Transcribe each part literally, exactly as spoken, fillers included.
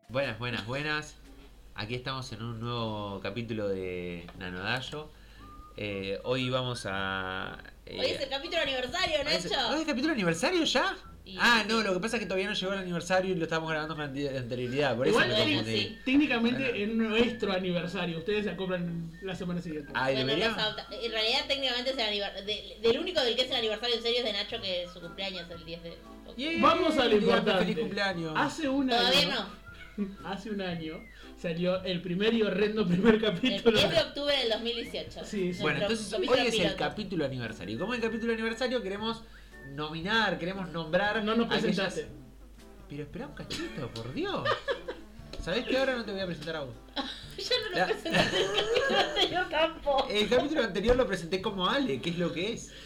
Buenas, buenas, buenas. Aquí estamos en un nuevo capítulo de Nanodayo. Eh, hoy vamos a... Eh, Hoy es el capítulo aniversario, ¿hoy es, Nacho. ¿Hoy es el capítulo aniversario ya? Y- Ah, no, lo que pasa es que todavía no llegó el aniversario y lo estábamos grabando con ante- anterioridad. Por Igual, eso me bueno, confundí. sí. técnicamente Bueno. es nuestro aniversario. Ustedes se acoplan la semana siguiente. Ay, Bueno, debería... los auta- en realidad técnicamente es el aniversario. Del único del que es el aniversario en serio es de Nacho, que es su cumpleaños el diez de octubre. Yeah, Vamos a lo Diana, importante. Feliz cumpleaños. Hace un Todavía año. no. Hace un año salió el primer y horrendo primer El capítulo. diez de octubre del dos mil dieciocho. Sí, sí. Bueno, Nuestro entonces capítulo hoy es el piloto. capítulo aniversario. Y como es el capítulo aniversario queremos nominar, queremos nombrar... No nos aquellas- presentaste. Pero espera un cachito, por Dios. ¿Sabés que ahora no te voy a presentar a vos? Yo no lo La- presentaste en el capítulo anterior tampoco. El capítulo anterior lo presenté como Ale, que es lo que es.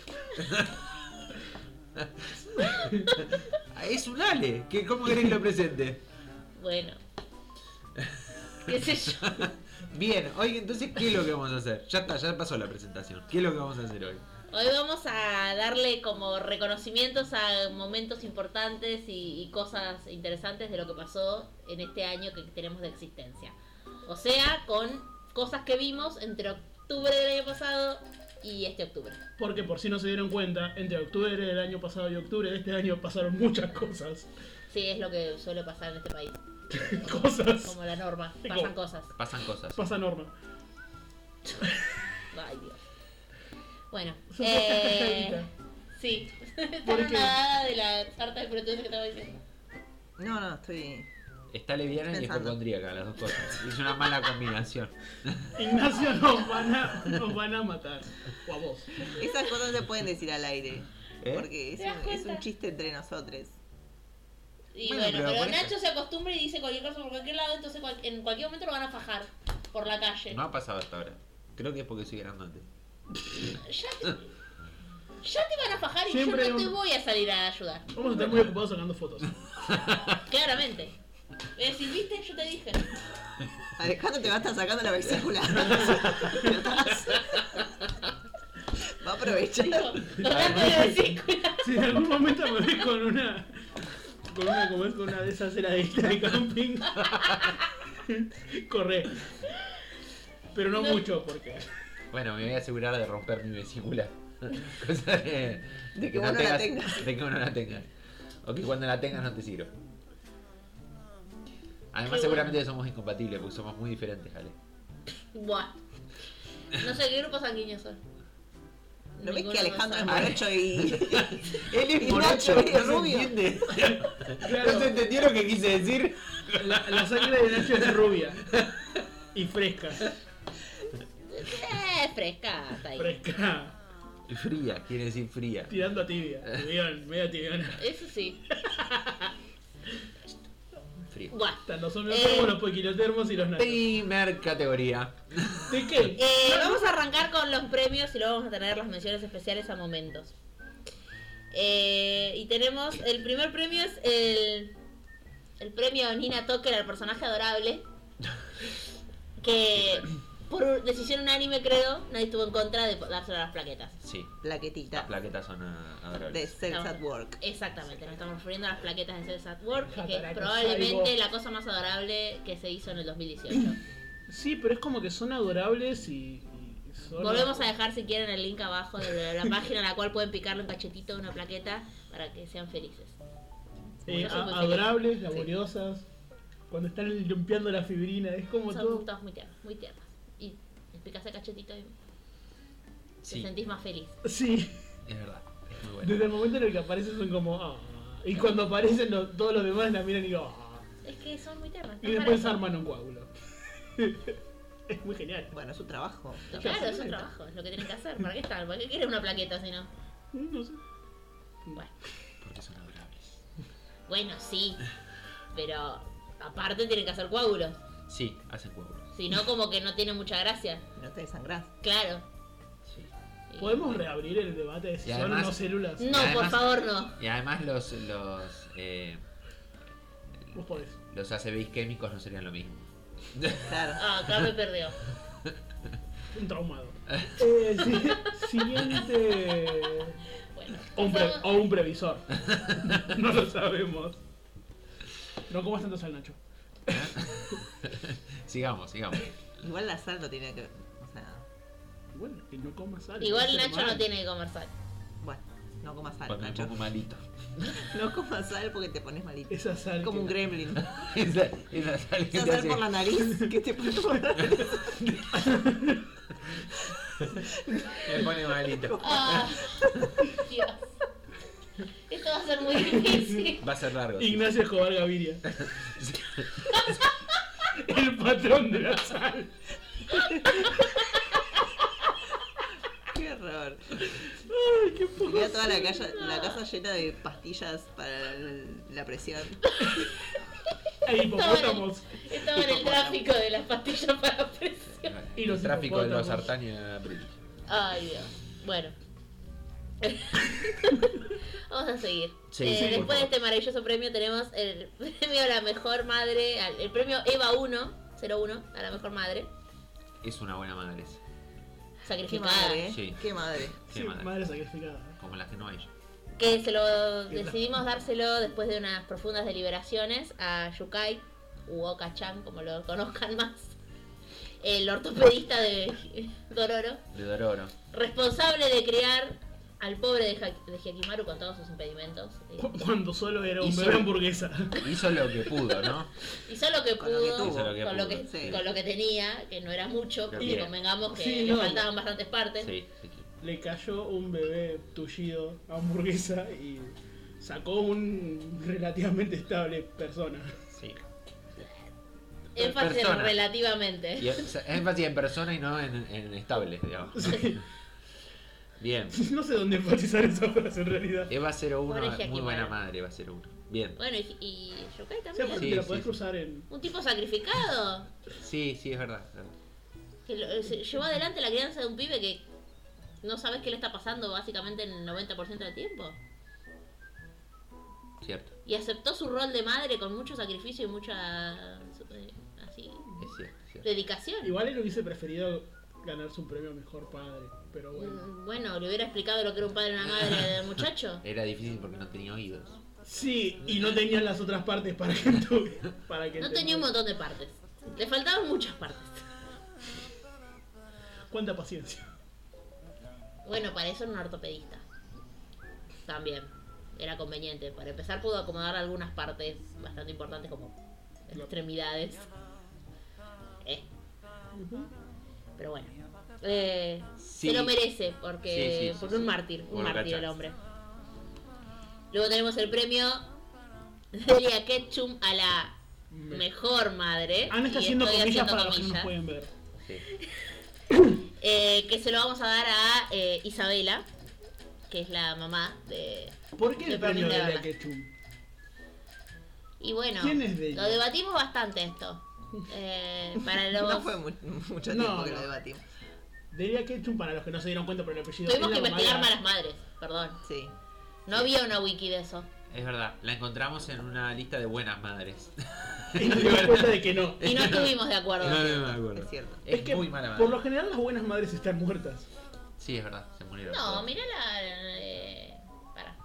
Es un Ale, que ¿cómo querés que lo presente? Bueno. ¿Qué sé yo? Bien, hoy entonces, ¿qué es lo que vamos a hacer? Ya está, ya pasó la presentación. ¿Qué es lo que vamos a hacer hoy? Hoy vamos a darle como reconocimientos a momentos importantes y, y cosas interesantes de lo que pasó en este año que tenemos de existencia. O sea, con cosas que vimos entre octubre del año pasado y este octubre. Porque por si no se dieron cuenta, entre octubre del año pasado y octubre de este año pasaron muchas cosas. Sí, es lo que suele pasar en este país. Cosas. Como la norma. Sí, Pasan como- cosas. Pasan cosas. Pasa norma. Ay, Dios. Bueno, Sos eh, calladita. sí. Está ¿Por qué? nada de la sarta de pelotudos que estaba diciendo. No, no, estoy. Está leviana y Pensando. hipocondríaca, las dos cosas. Es una mala combinación. Ignacio nos van a, nos van a matar. O a vos. Esas cosas no se pueden decir al aire. ¿Eh? Porque es ¿Te das un, es cuenta? un chiste entre nosotros. Y Bueno, bueno, pero pero, por eso- Nacho se acostumbra y dice cualquier cosa por cualquier lado, entonces cual- en cualquier momento lo van a fajar por la calle. No ha pasado hasta ahora. Creo que es porque soy grandote. Ya, te, ya te van a fajar y Siempre yo no te un- voy a salir a ayudar. Vamos a estar muy ocupados sacando fotos. Claramente. Voy a decir, viste, yo te dije. Alejandro te va a estar sacando la vesícula. Va a aprovechar. Dijo, hablando de vesícula. Si en algún momento me ves con una. Con una, como es, con una de esas heladitas de camping. Corre. Pero no, No. mucho, porque. Bueno, me voy a asegurar de romper mi vesícula. Cosa de, de que vos no la tengas. De que vos no la tengas. O que cuando la tengas no te sirva. Además, Qué seguramente somos incompatibles porque somos muy diferentes, Ale. Buah. No sé qué grupo sanguíneo son. ¿No ves Ninguno que Alejandro es sabe. morocho y. Él es Y morocho, Nacho es no se rubio. entiende. Claro. ¿No se entendió lo que quise decir? La, la sangre de Nacho es rubia. Y fresca. Eh, fresca, está ahí. Fresca. Fría, quiere decir fría. Tirando a tibia. Tibión, media tibiona. Eso sí. Fría. Buah. Están los hombres Eh. los poquilotermos y los nachos. Primer categoría. ¿De qué? Eh, vamos a arrancar con los premios y luego vamos a tener las menciones especiales a momentos. Eh, y tenemos, el primer premio es el, el premio Nina Tucker al personaje adorable. Que por decisión unánime, creo, nadie estuvo en contra de dárselo a las plaquetas. Sí, las Plaquetita. plaquetas son ah, De adorables. Sex No. at Work. Exactamente, nos estamos refiriendo a las plaquetas de Sex at Work, que es Jataraco, probablemente Saibo. la cosa más adorable que se hizo en el dos mil dieciocho. Sí, pero es como que son adorables y. y son Volvemos a dejar si quieren el link abajo de la página en la cual pueden picarle un cachetito de una plaqueta para que sean felices. eh, Yo soy muy a- feliz. adorables, laboriosas. Cuando están limpiando la fibrina, es como Son todo. todas muy tiernas, muy tiernas. Y les picas el cachetito y te Sí, sentís más feliz. Sí, es verdad. Es muy bueno. desde el momento en el que aparecen son como. "Ah". Y cuando aparecen lo- todos los demás la miran y digo. "Ah". Es que son muy tiernas. Y están después para eso. arman un coágulo. Es muy genial. Bueno, es su trabajo. Claro, es un trabajo, es lo que tienen que hacer. ¿Para qué están? ¿Para qué quieren una plaqueta si no? No sé. Bueno, Porque son adorables. bueno, sí. Pero aparte tienen que hacer coágulos. Sí, hacen coágulos. Si no, como que no tiene mucha gracia. No te desangrás. Claro. Sí. Y- ¿Podemos reabrir el debate de si Y son o además- no células? No, Y por además- favor, no. Y además los los eh, Vos podés. los A C Vs químicos no serían lo mismo. Claro. Ah, acá me perdió. Un traumado. Eh, sí, siguiente. Bueno, O un, pre- pasamos- o un previsor. No lo sabemos. No comas tanto sal, Nacho. sigamos, sigamos. Igual la sal no tiene que. O sea, Bueno, que no comas sal. Igual va a ser Nacho no mal. tiene que comer sal. bueno, no comas sal, Porque me Nacho. pongo malito. No comas sal porque te pones malito. Esa sal. Como que- un gremlin. esa, esa sal que Esa te sal hace- por la nariz que te pones por la nariz. me pone malito. Ah, Dios. Esto va a ser muy difícil. Va a ser largo. sí. Ignacio Escobar Gaviria. El patrón de la sal. Qué horror. Ay, qué poco. Tenía toda la casa, la casa llena de pastillas para la, la presión. Hay hipopótamos. Estaba en el gráfico de las pastillas para presión. Y El los tráfico de los hipopótamos. sartania british. Ay, Dios. Bueno. Vamos a seguir. Sí, Eh, sí, por después de favor. este maravilloso premio tenemos el premio a la mejor madre, al- el premio Eva uno, cero uno, a la mejor madre, Es una buena madre esa. Qué sacrificada. madre, ¿eh? Sí. Qué madre. Qué Sí, madre. madre sacrificada. Como las que no hay. Que se lo ¿Qué tal? decidimos dárselo después de unas profundas deliberaciones a Yukai, u Oka-chan, como lo conozcan más, el ortopedista de Dororo, De Dororo. responsable de criar al pobre de, Ha- de Hyakimaru con todos sus impedimentos. Cu- Cuando solo era un Hizo- bebé hamburguesa. Hizo lo que pudo, ¿no? Hizo lo que Con lo que pudo, tuvo. Hizo lo que con, lo pudo, que, sí. con lo que tenía, que no era mucho, porque Bien. convengamos que Sí, le no, faltaban bastantes partes. Sí, sí. Le cayó un bebé tullido a hamburguesa y sacó un relativamente estable persona. sí. Énfasis en Persona. relativamente. Y es- énfasis en persona y no en, en estables, digamos. Sí. Bien. No sé dónde enfatizar esa frase en realidad. Eva cero uno, Pobre muy Hyakimaru. buena madre, Eva cero uno. Bien. Bueno, y, y Yukai O sea, también. porque Sí, te la sí, podés sí. cruzar en. Un tipo sacrificado. Sí, sí, es verdad. es verdad. Que lo- se llevó adelante la crianza de un pibe que no sabes qué le está pasando básicamente en el noventa por ciento del tiempo. Cierto. Y aceptó su rol de madre con mucho sacrificio y mucha eh, así Es cierto, es cierto. dedicación. Igual él hubiese preferido ganarse un premio a mejor padre, pero bueno. Mm, Bueno, le hubiera explicado lo que era un padre y una madre del muchacho. Era difícil porque no tenía oídos. Sí, y no tenía las otras partes para que tuviera. Para que No entendiera. tenía un montón de partes. Le faltaban muchas partes. Cuánta paciencia. Bueno, para eso era un ortopedista. También. Era conveniente. Para empezar pudo acomodar algunas partes bastante importantes como extremidades. Eh, pero bueno. Eh, Sí. Se lo merece porque, Sí, sí, sí, porque un sí. mártir. Un Bueno, mártir el cachas. hombre. Luego tenemos el premio Delia Ketchum a la Me- mejor madre. Ana está y haciendo estoy comillas haciendo para los que no nos comillas. pueden ver. Sí. Eh, que se lo vamos a dar a eh, Isabela, que es la mamá de... ¿Por qué de el premio de Perlin la de Ketchum? Y bueno, ¿Quién es de ella? lo debatimos bastante esto. Eh, para los... No fue mu- mucho No, tiempo que no. lo debatimos. Delia Ketchum, para los que no se dieron cuenta por el apellido. Tuvimos es que la mamá investigar de- malas madres, perdón. Sí. No había una wiki de eso. Es verdad, la encontramos en una lista de buenas madres. Y nos dimos cuenta de que no. Y no estuvimos de acuerdo. No, no me acuerdo. Es cierto. Es, Es que muy mala por madre. lo general las buenas madres están muertas. Sí, es verdad, se murieron. No, mirá la... Eh, para.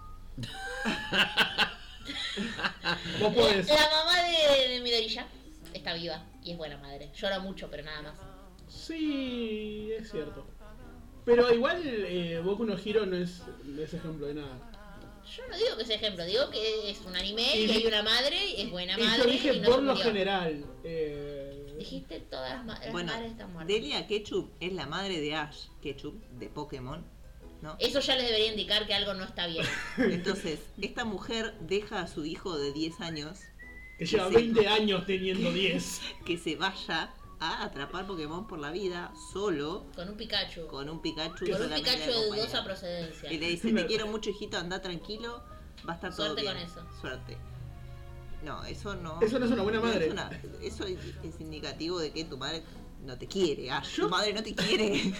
Vos podés. La, la mamá de, de Midorilla está viva y es buena madre. Llora mucho, pero nada más. Sí, es cierto. Pero igual eh, Boku no Hero no es, no es ejemplo de nada. Yo no digo que sea ejemplo, digo que es un anime Y y, di- hay una madre y es buena Y madre yo dije y no por se lo murió. general. Eh, Dijiste todas las, ma- las Bueno, madres están muertas. Delia Ketchum es la madre de Ash Ketchum, de Pokémon, ¿no? Eso ya les debería indicar que algo no está bien. Entonces, esta mujer deja a su hijo de diez años que lleva sí. veinte años teniendo diez. que se vaya a atrapar Pokémon por la vida solo Con un Pikachu. Con, con un Pikachu un solamente Pikachu de acompañado. dudosa procedencia. Y le dice, te quiero mucho hijito, anda tranquilo, va a estar todo Suerte bien. con eso. Suerte. No, eso no. Eso no es una buena no madre. es una- eso es, es indicativo de que tu madre no te quiere. Ash, Yo- tu madre no te quiere.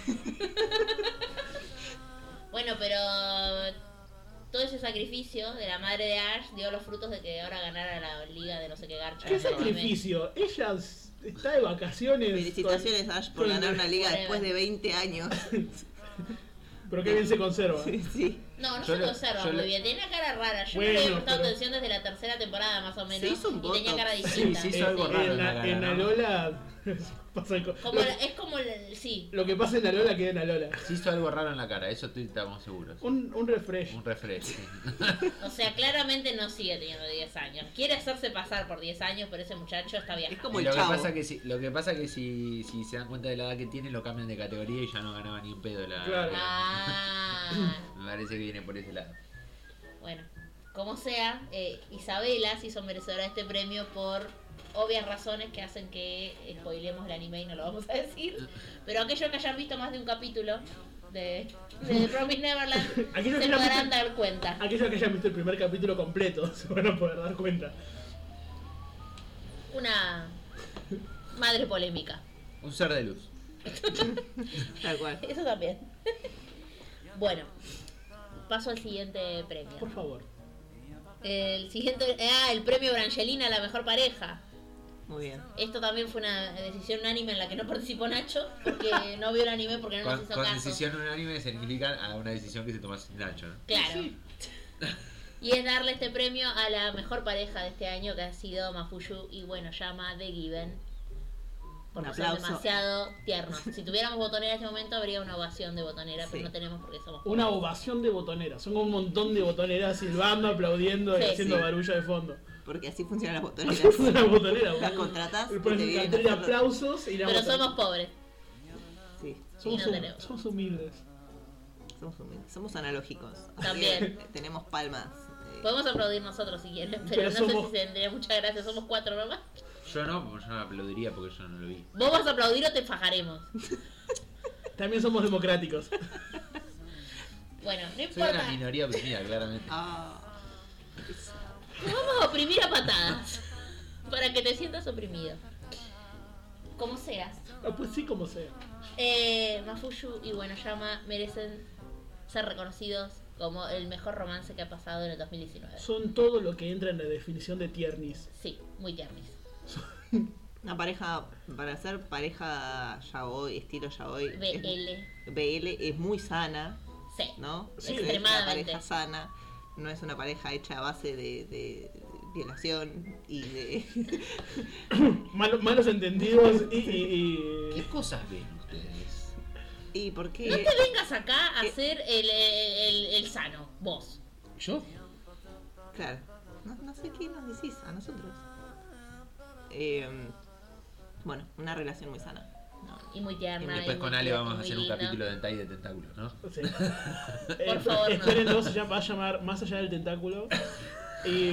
Bueno, pero todo ese sacrificio de la madre de Ash dio los frutos de que ahora ganara la liga de no sé qué garcha. ¿Qué de anime. sacrificio? Ella s- está de vacaciones. Felicitaciones, con- Ash, por con- ganar una liga Forever. después de veinte años. Pero qué bien se conserva. Sí, sí. No, no Yo se lo- conserva yo muy lo- bien. Tenía cara rara. Yo Bueno, no le había prestado pero- atención desde la tercera temporada más o menos. Se hizo un y tenía botox. cara Sí, distinta. sí, hizo Eh, algo raro en, en la la, cara, en ¿no? Alola pasa co- Como lo, la- es como el. Sí. lo que pasa en Alola queda en Alola. Se hizo algo raro en la cara, eso estoy- estamos seguros. Un, un refresh. Un refresh. sí. O sea, claramente no sigue teniendo diez años. Quiere hacerse pasar por diez años, pero ese muchacho está Es viajando. como Y el lo que chavo. pasa que si, lo que pasa que si, si se dan cuenta de la edad que tiene, lo cambian de categoría y ya no ganaba ni un pedo la. Claro. Ah. Me parece que viene por ese lado. Bueno, como sea, eh, Isabela se hizo merecedora de este premio por obvias razones que hacen que spoilemos el anime y no lo vamos a decir. Pero aquellos que hayan visto más de un capítulo de, de The Promised Neverland Aquellos se que hayan podrán visto- dar cuenta. Aquellos que hayan visto el primer capítulo completo se van a poder dar cuenta. Una madre polémica. Un ser de luz. Tal cual. Eso también. Bueno, paso al siguiente premio. Por favor. El siguiente, ah, el premio Brangelina a la mejor pareja. Muy bien. Esto también fue una decisión unánime en la que no participó Nacho, porque no vio el anime porque no Con, nos hizo con caso. decisión unánime significa a una decisión que se toma sin Nacho, ¿no? Claro. Y es darle este premio a la mejor pareja de este año, que ha sido Mafuyu y bueno, llama The Given. Porque Un son aplauso. demasiado tiernos. Si tuviéramos botonera en este momento habría una ovación de botonera, pero Sí. no tenemos porque somos Una pobres. ovación de botoneras. Son como un montón de botoneras silbando, aplaudiendo y Sí, haciendo sí. barullo de fondo. Porque así funcionan las botoneras. Es una botonera. Las contratas Le y pones te un vienen cartel de a hacer- aplausos y la Pero botonera. somos pobres. Sí, Somos, y no hum- tenemos. somos humildes. somos humildes. Somos analógicos. Así También. que tenemos palmas. eh, Podemos aplaudir nosotros si quieren, pero, Pero no somos- sé si tendría muchas gracias. Somos cuatro nomás. Yo no, porque yo no aplaudiría porque yo no lo vi. Vos vas a aplaudir o te fajaremos. También somos democráticos. Bueno, no Soy importa. una minoría oprimida, claramente. Ah, Te vamos a oprimir a patadas. Para que te sientas oprimido. Como seas. Ah, pues sí, como sea. Eh, Mafuyu y Buenoyama merecen ser reconocidos como el mejor romance que ha pasado en el dos mil diecinueve. Son todo lo que entra en la definición de tiernis. Sí, muy tiernis. una pareja, para ser pareja yaoi, estilo yaoi, B es- L. B L es muy sana, Sí. ¿no? Sí, Es extremadamente. una pareja sana, no es una pareja hecha a base de, de violación y de... Mal- malos entendidos y, y- ¿Qué y- cosas ven ustedes? ¿Y por qué? No te vengas acá a ¿Qué? ser el, el, el sano, vos. ¿Yo? Claro, no, no sé qué nos decís a nosotros. Eh, bueno, una relación muy sana. No, Y muy tierna. Y después y con muy Ale tierna, vamos a muy hacer un linda. capítulo de hentai de tentáculos, ¿no? sí. Eh, favor, no. espérenlo, se llama- va a llamar Más allá del tentáculo. Y,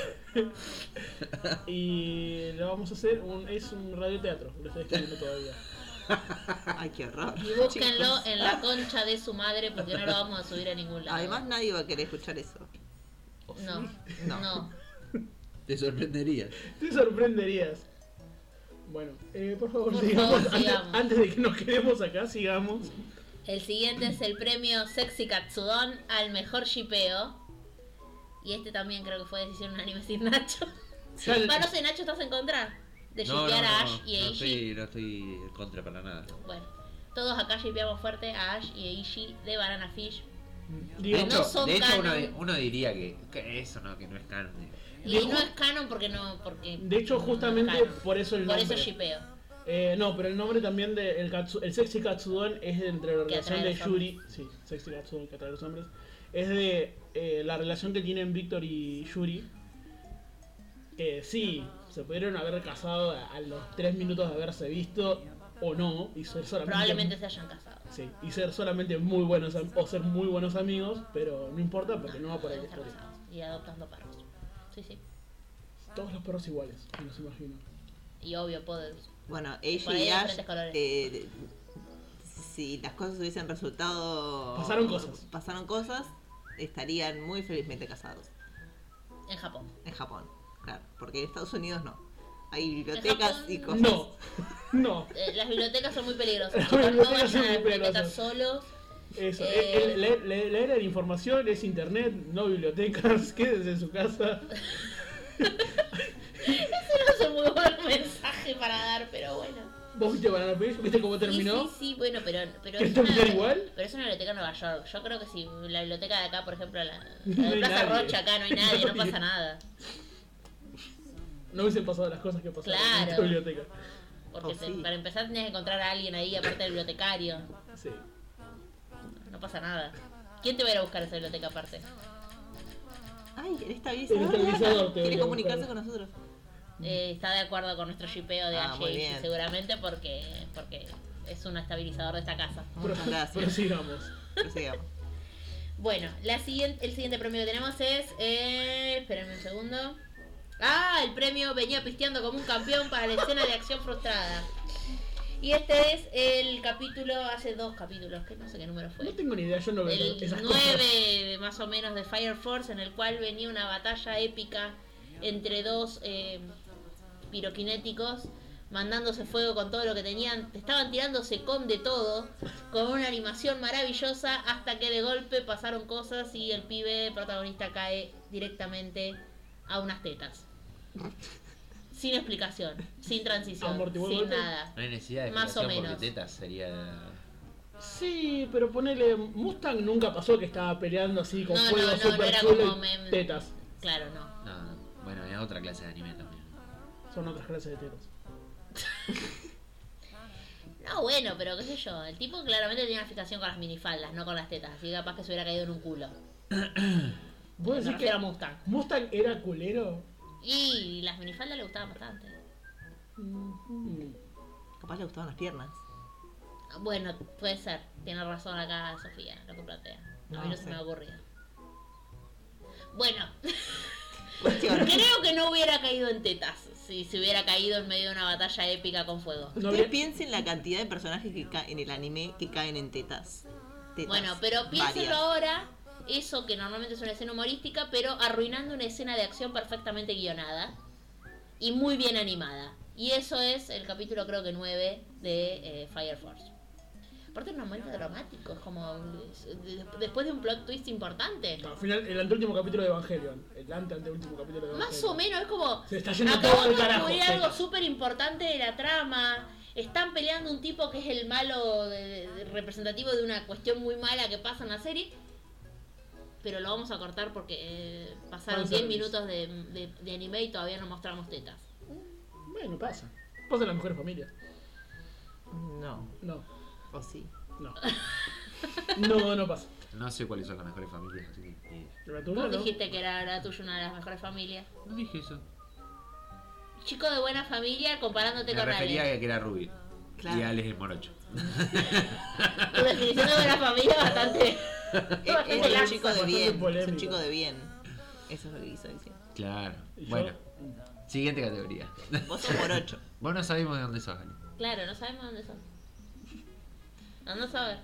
y lo vamos a hacer, un, es un radioteatro, lo estoy escribiendo todavía. Ay, qué horror. Y búsquenlo chicos. en la concha de su madre porque no lo vamos a subir a ningún lado. Además, nadie va a querer escuchar eso. No, No. no. Te sorprendería. Te sorprenderías. Bueno, eh, por favor, Por sigamos. favor, Antes, sigamos. antes de que nos quedemos acá, sigamos. El siguiente es el premio Sexy Katsudon al mejor shipeo. Y este también creo que fue decisión unánime sin Nacho. Ya el- Va, no sé, Nacho, ¿estás en contra de No, no, shipear a no, Ash y a no Ishi? estoy, no estoy en contra para nada. Bueno, todos acá shipeamos fuerte a Ash y a Ishi de Banana Fish. De digamos, no hecho, son de hecho uno, canon. di- uno diría que, que eso no, que no es canon. Y Dijo- no es canon porque no. Porque de hecho, justamente canon. por eso el Por nombre. eso shipeo. Eh, no, pero el nombre también de el, katsu- el sexy katsudon es entre la Que relación atrae de a los Yuri, sí, sexy katsudon que atrae a los hombres, es de eh, la relación que tienen Víctor y Yuri, que sí, se pudieron haber casado a, a los tres minutos de haberse visto o no, y ser solamente Probablemente se hayan casado. sí, y ser solamente muy buenos am- o ser muy buenos amigos, pero no importa porque no va por ahí la Deben estar historia. casados y adoptando perros. Sí, sí. Todos los perros iguales, me los imagino. Y obvio, puedes. Bueno, Por ella ahí y hay Ash, diferentes colores. eh, de- si las cosas hubiesen resultado... Pasaron cosas. Pasaron cosas, estarían muy felizmente casados. En Japón. En Japón, claro. Porque en Estados Unidos no. Hay bibliotecas Japón, y cosas. No, no. Eh, las bibliotecas son muy peligrosas. Las Chicos, no bibliotecas vayan son a las muy bibliotecas peligrosas. solos. Eso, Eh, el- el- leer, leer- leer la información es internet, no bibliotecas, quédense en su casa. Ese no es un muy buen mensaje para dar, pero bueno. ¿Vos viste Banana Fish? ¿Viste cómo terminó? Sí, sí, sí, bueno, pero, pero, ¿Querés es una, terminar igual? pero es una biblioteca en Nueva York. Yo creo que si la biblioteca de acá, por ejemplo, la, la No de hay Plaza nadie. Rocha, acá no hay nadie, no pasa nada. No hubiesen pasado las cosas que pasaron en Claro. esta biblioteca. Porque Oh, te- sí. para empezar tenías que encontrar a alguien ahí, aparte del bibliotecario. Sí. No pasa nada. ¿Quién te va a ir a buscar esa biblioteca aparte? Ay, el estabilizador. El estabilizador te Quiere voy a comunicarse buscar. con nosotros. Eh, está de acuerdo con nuestro shipeo de Ah, muy H bien. seguramente porque, porque es un estabilizador de esta casa. Muchas gracias. Prosigamos. Prosigamos. Bueno, la siguiente, el siguiente premio que tenemos es... Eh, espérenme un segundo. Ah, el premio venía pisteando como un campeón para la escena de acción frustrada. Y este es el capítulo, hace dos capítulos, que no sé qué número fue. No tengo ni idea, yo no veo El esas cosas. nueve más o menos de Fire Force, en el cual venía una batalla épica entre dos eh, piroquinéticos mandándose fuego con todo lo que tenían. Estaban tirándose con de todo, con una animación maravillosa, hasta que de golpe pasaron cosas y el pibe protagonista cae directamente a unas tetas. Sin explicación, sin transición, ¿Amortiguó el sin golpe? nada. No hay necesidad de Más o explicación menos. porque tetas sería... Sí, pero ponele. Mustang nunca pasó que estaba peleando así con No, no, fuego no, no super era chulo como y meme. tetas. Claro, no. No, no. Bueno, es otra clase de anime también. Son otras clases de tetas. No, bueno, pero qué sé yo. El tipo claramente tenía una fijación con las minifaldas, no con las tetas. Así que capaz que se hubiera caído en un culo. ¿Vos Me decís que refiero a Mustang. Mustang era culero? Y las minifaldas le gustaban bastante. Mm. Capaz le gustaban las piernas. Bueno, puede ser. Tiene razón acá Sofía, lo que plantea. A No, mí no sí. se me ha ocurrido. Bueno, Cuestión. creo que no hubiera caído en tetas si se hubiera caído en medio de una batalla épica con fuego. No Ustedes habría- piensen la cantidad de personajes que caen en el anime que caen en tetas. Tetas. Bueno, pero piénsenlo Varias. ahora, eso que normalmente es una escena humorística, pero arruinando una escena de acción perfectamente guionada y muy bien animada. Y eso es el capítulo creo que nueve de eh, Fire Force. Aparte es un momento dramático, es como de- después de un plot twist importante. Al final, el anteúltimo capítulo de Evangelion. El ante anteúltimo capítulo de Evangelion. Más o menos, es como Se está yendo todo acabamos al de carajo. descubrir algo tetas. súper importante de la trama. Están peleando un tipo que es el malo de- de- de- representativo de una cuestión muy mala que pasa en la serie. Pero lo vamos a cortar porque eh, pasaron diez Fanservice. minutos de, de, de anime y todavía no mostramos tetas. Bueno, pasa. Pasa en las mejores familias. No, No, o sí. no. No, no pasa. No sé cuáles son las mejores familias, así que... eh, La tuya, Vos ¿no? dijiste que era la tuya una de las mejores familias. No dije eso. Chico de buena familia comparándote Me con refería alguien. a que era Ruby. Claro. Y Alex el morocho. Tu definición de buena familia es bastante... Es, bastante es un laxa. chico de bastante bien. Es polémico. un chico de bien. Eso es lo que quiso decir. Claro. Y yo- Bueno, siguiente categoría. Vos sos morocho. Vos no sabemos de dónde sos, Ale. Claro, no sabemos dónde son. Anda a saber.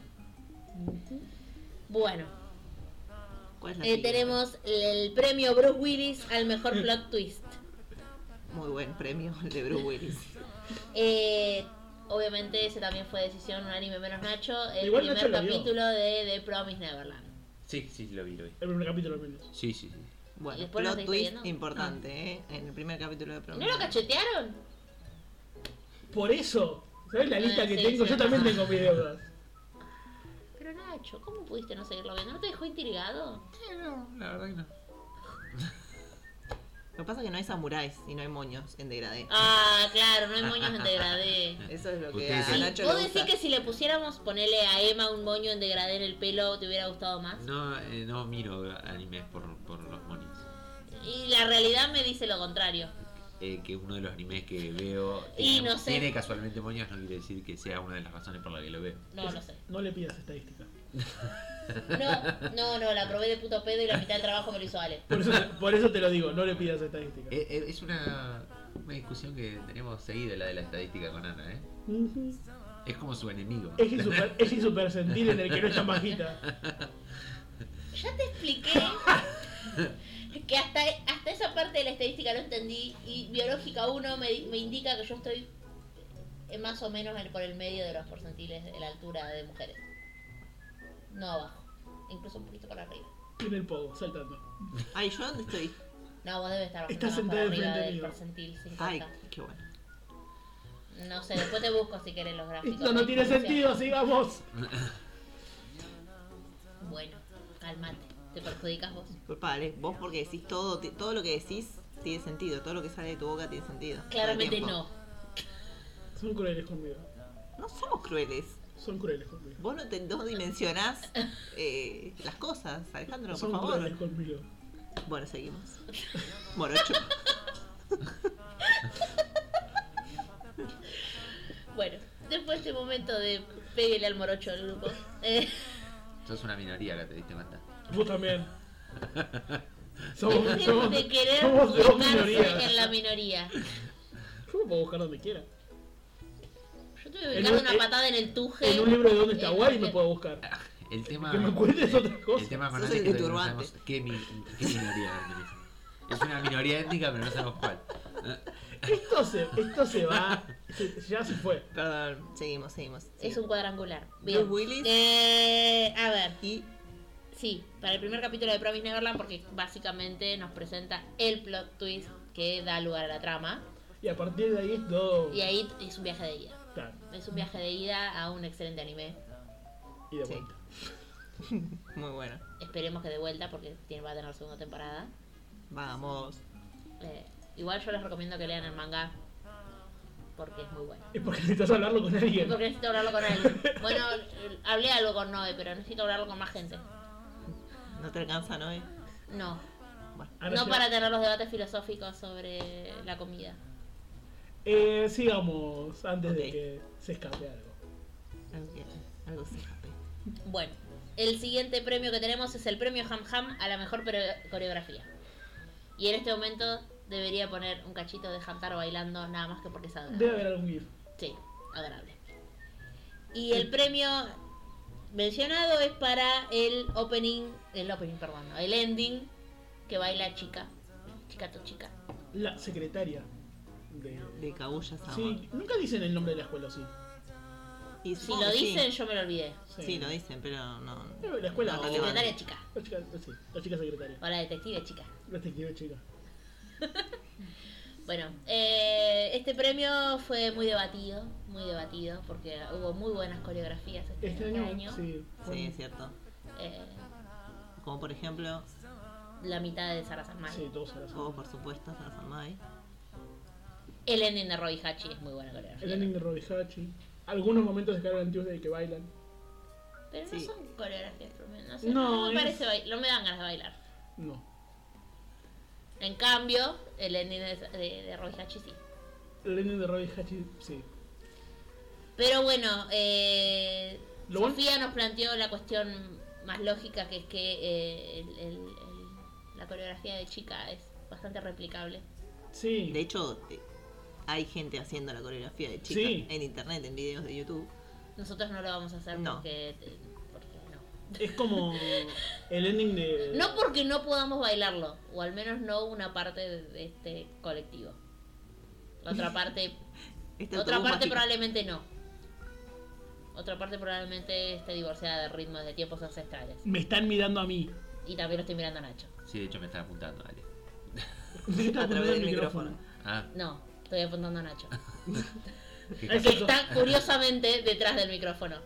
Bueno, ¿Cuál es la eh, siguiente? tenemos el premio Bruce Willis al mejor plot twist. Muy buen premio el de Bruce Willis. Eh, obviamente ese también fue decisión unánime menos Nacho. El Igual primer Nacho lo vio. capítulo de The Promised Neverland. Sí, sí, lo vi, lo vi. El primer capítulo al menos. Sí, sí, sí. ¿Y Bueno, después lo plot seguís twist viendo? importante, ¿eh? En el primer capítulo de ¿No Promised. lo cachetearon? Por eso, ¿sabes la lista Ah, que sí, tengo? sí, Yo también ajá. tengo mis deudas. Pero Nacho, ¿cómo pudiste no seguirlo viendo? ¿No te dejó intrigado? Eh, no, la verdad que no. Lo que pasa es que no hay samuráis y no hay moños en degradé. Ah, claro, no hay moños en degradé. Eso es lo que Ustedes a sí. Nacho ¿Vos le decís gusta. que si le pusiéramos ponerle a Emma un moño en degradé en el pelo te hubiera gustado más? No, eh, no miro animes por, por los monis. Y la realidad me dice lo contrario. Eh, que uno de los animes que veo Y tiene, no sé. tiene casualmente moños, no quiere decir que sea una de las razones por las que lo veo. No lo sé. No le pidas estadística. No, no, no, la probé de puto pedo y la mitad del trabajo me lo hizo Ale. Por eso, por eso te lo digo, no le pidas estadística. Eh, eh, es una, una discusión que tenemos seguida, la de la estadística con Ana, ¿eh? Ujú. Es como su enemigo. Es y super, es y super sentir en el que no es tan bajita. Ya te expliqué que hasta, hasta esa parte de la estadística lo entendí y biológica uno me, me indica que yo estoy eh, más o menos en- por el medio de los porcentiles de la altura de mujeres. No abajo, incluso un poquito por arriba. En el pogo, saltando. Ay, ¿yo dónde estoy? No, vos debes estar Estás bastante más por sentada arriba enfrente del mío. porcentil Ay, cincuenta. qué bueno. No sé, después te busco si querés los gráficos. Esto no tiene sentido, sigamos. Bueno, calmate. Te perjudicas vos. Culpable, vos porque decís todo, ti- todo lo que decís tiene sentido, todo lo que sale de tu boca tiene sentido. todo el Claramente tiempo. no. Son crueles conmigo. No somos crueles. Son crueles conmigo. Vos no, te, no dimensionás eh, las cosas, Alejandro, por Son favor. crueles conmigo. Bueno, seguimos. Morocho. Bueno, después de este momento de péguele al morocho del grupo. Eh, Sos una minoría acá, te diste cuenta. Vos también. Somos, de, somos, de querer somos dos buscarse minorías. en la minoría. Yo me puedo buscar donde quiera. Yo te voy a En ubicar un- una en- patada en el tuje. En un libro de dónde está en Guay lo me que- puedo buscar. El tema. Que me cuentes otra cosa. El tema con Sos Nati el es que no turbante. sabemos qué, mi- qué minoría pertenece. Es una minoría étnica, pero no sabemos cuál. Esto se, esto se va. se- ya se fue. Perdón, seguimos, seguimos. Es un cuadrangular. Bruce Bien. Willis. Eh, a ver, Y sí, para el primer capítulo de Promise Neverland, porque básicamente nos presenta el plot twist que da lugar a la trama. Y a partir de ahí es todo. Y ahí es un viaje de ida. Claro, Es un viaje de ida a un excelente anime. y de Sí. vuelta. muy bueno. Esperemos que de vuelta, porque tiene, va a tener segunda temporada. Vamos. Eh, igual yo les recomiendo que lean el manga, porque es muy bueno. Es porque necesitas hablarlo con Y alguien. porque necesito hablarlo con alguien. Bueno, eh, hablé algo con Noé, pero necesito hablarlo con más gente. ¿No te alcanza, no? No, Bueno. Ahora no sí- para tener los debates filosóficos sobre la comida. Eh, sigamos antes Ok. de que se escape algo. Algo, que- algo se escape. Bueno, el siguiente premio que tenemos es el premio Ham Ham a la mejor core- coreografía. Y en este momento debería poner un cachito de Hamtaro bailando, nada más que porque es adorable. Debe haber algún GIF. Sí, adorable. Y el premio mencionado es para el opening, el opening, perdón, no, el ending que baila Chica, Chica to Chica. La secretaria de. De Kaguya Sama. Sí, nunca dicen el nombre de la escuela, sí. Y Si supongo lo que sí. dicen, yo me lo olvidé. Sí, lo dicen, pero no. Eh, La escuela. No, o- relevante. Secretaria Chica, La chica, sí, la chica secretaria. o la detective Chica. La detective chica. Bueno, eh, este premio fue muy debatido, muy debatido, porque hubo muy buenas coreografías este, Este año, sí. fue- Sí, es cierto. Eh, Como por ejemplo, la mitad de Sara Sanmai. Sí, todos a la o por supuesto, Sara Sanmai. El ending de Roy Hachi es muy buena El coreografía. ending de Robbie Hachi. Algunos momentos de Carol Tuesday que bailan. Pero no Sí. son coreografías tremendas, no sé, No, no, me es- parece bail- no me dan ganas de bailar. No. En cambio, el ending de, de, de Roy Hachi sí. El ending de Robbie Hachi, sí. Pero bueno, eh, Lo bueno- Sofía nos planteó la cuestión más lógica, que es que eh, el- el- el- la coreografía de Chica es bastante replicable. Sí. De hecho, eh, hay gente haciendo la coreografía de chicas Sí. en internet, en videos de YouTube. Nosotros no lo vamos a hacer No. porque, eh, porque no. Es como el ending de. No porque no podamos bailarlo, o al menos no una parte de, de este colectivo. La otra parte, Este otra autobús parte mágico. probablemente no. Otra parte probablemente esté divorciada de ritmos de tiempos ancestrales. Me están mirando a mí. Y también lo estoy mirando a Nacho. Sí, de hecho me están apuntando, dale. Necesito A poner través el del micrófono. micrófono. Ah, No, estoy apuntando a Nacho. qué Ay, Que cosa. está curiosamente detrás del micrófono.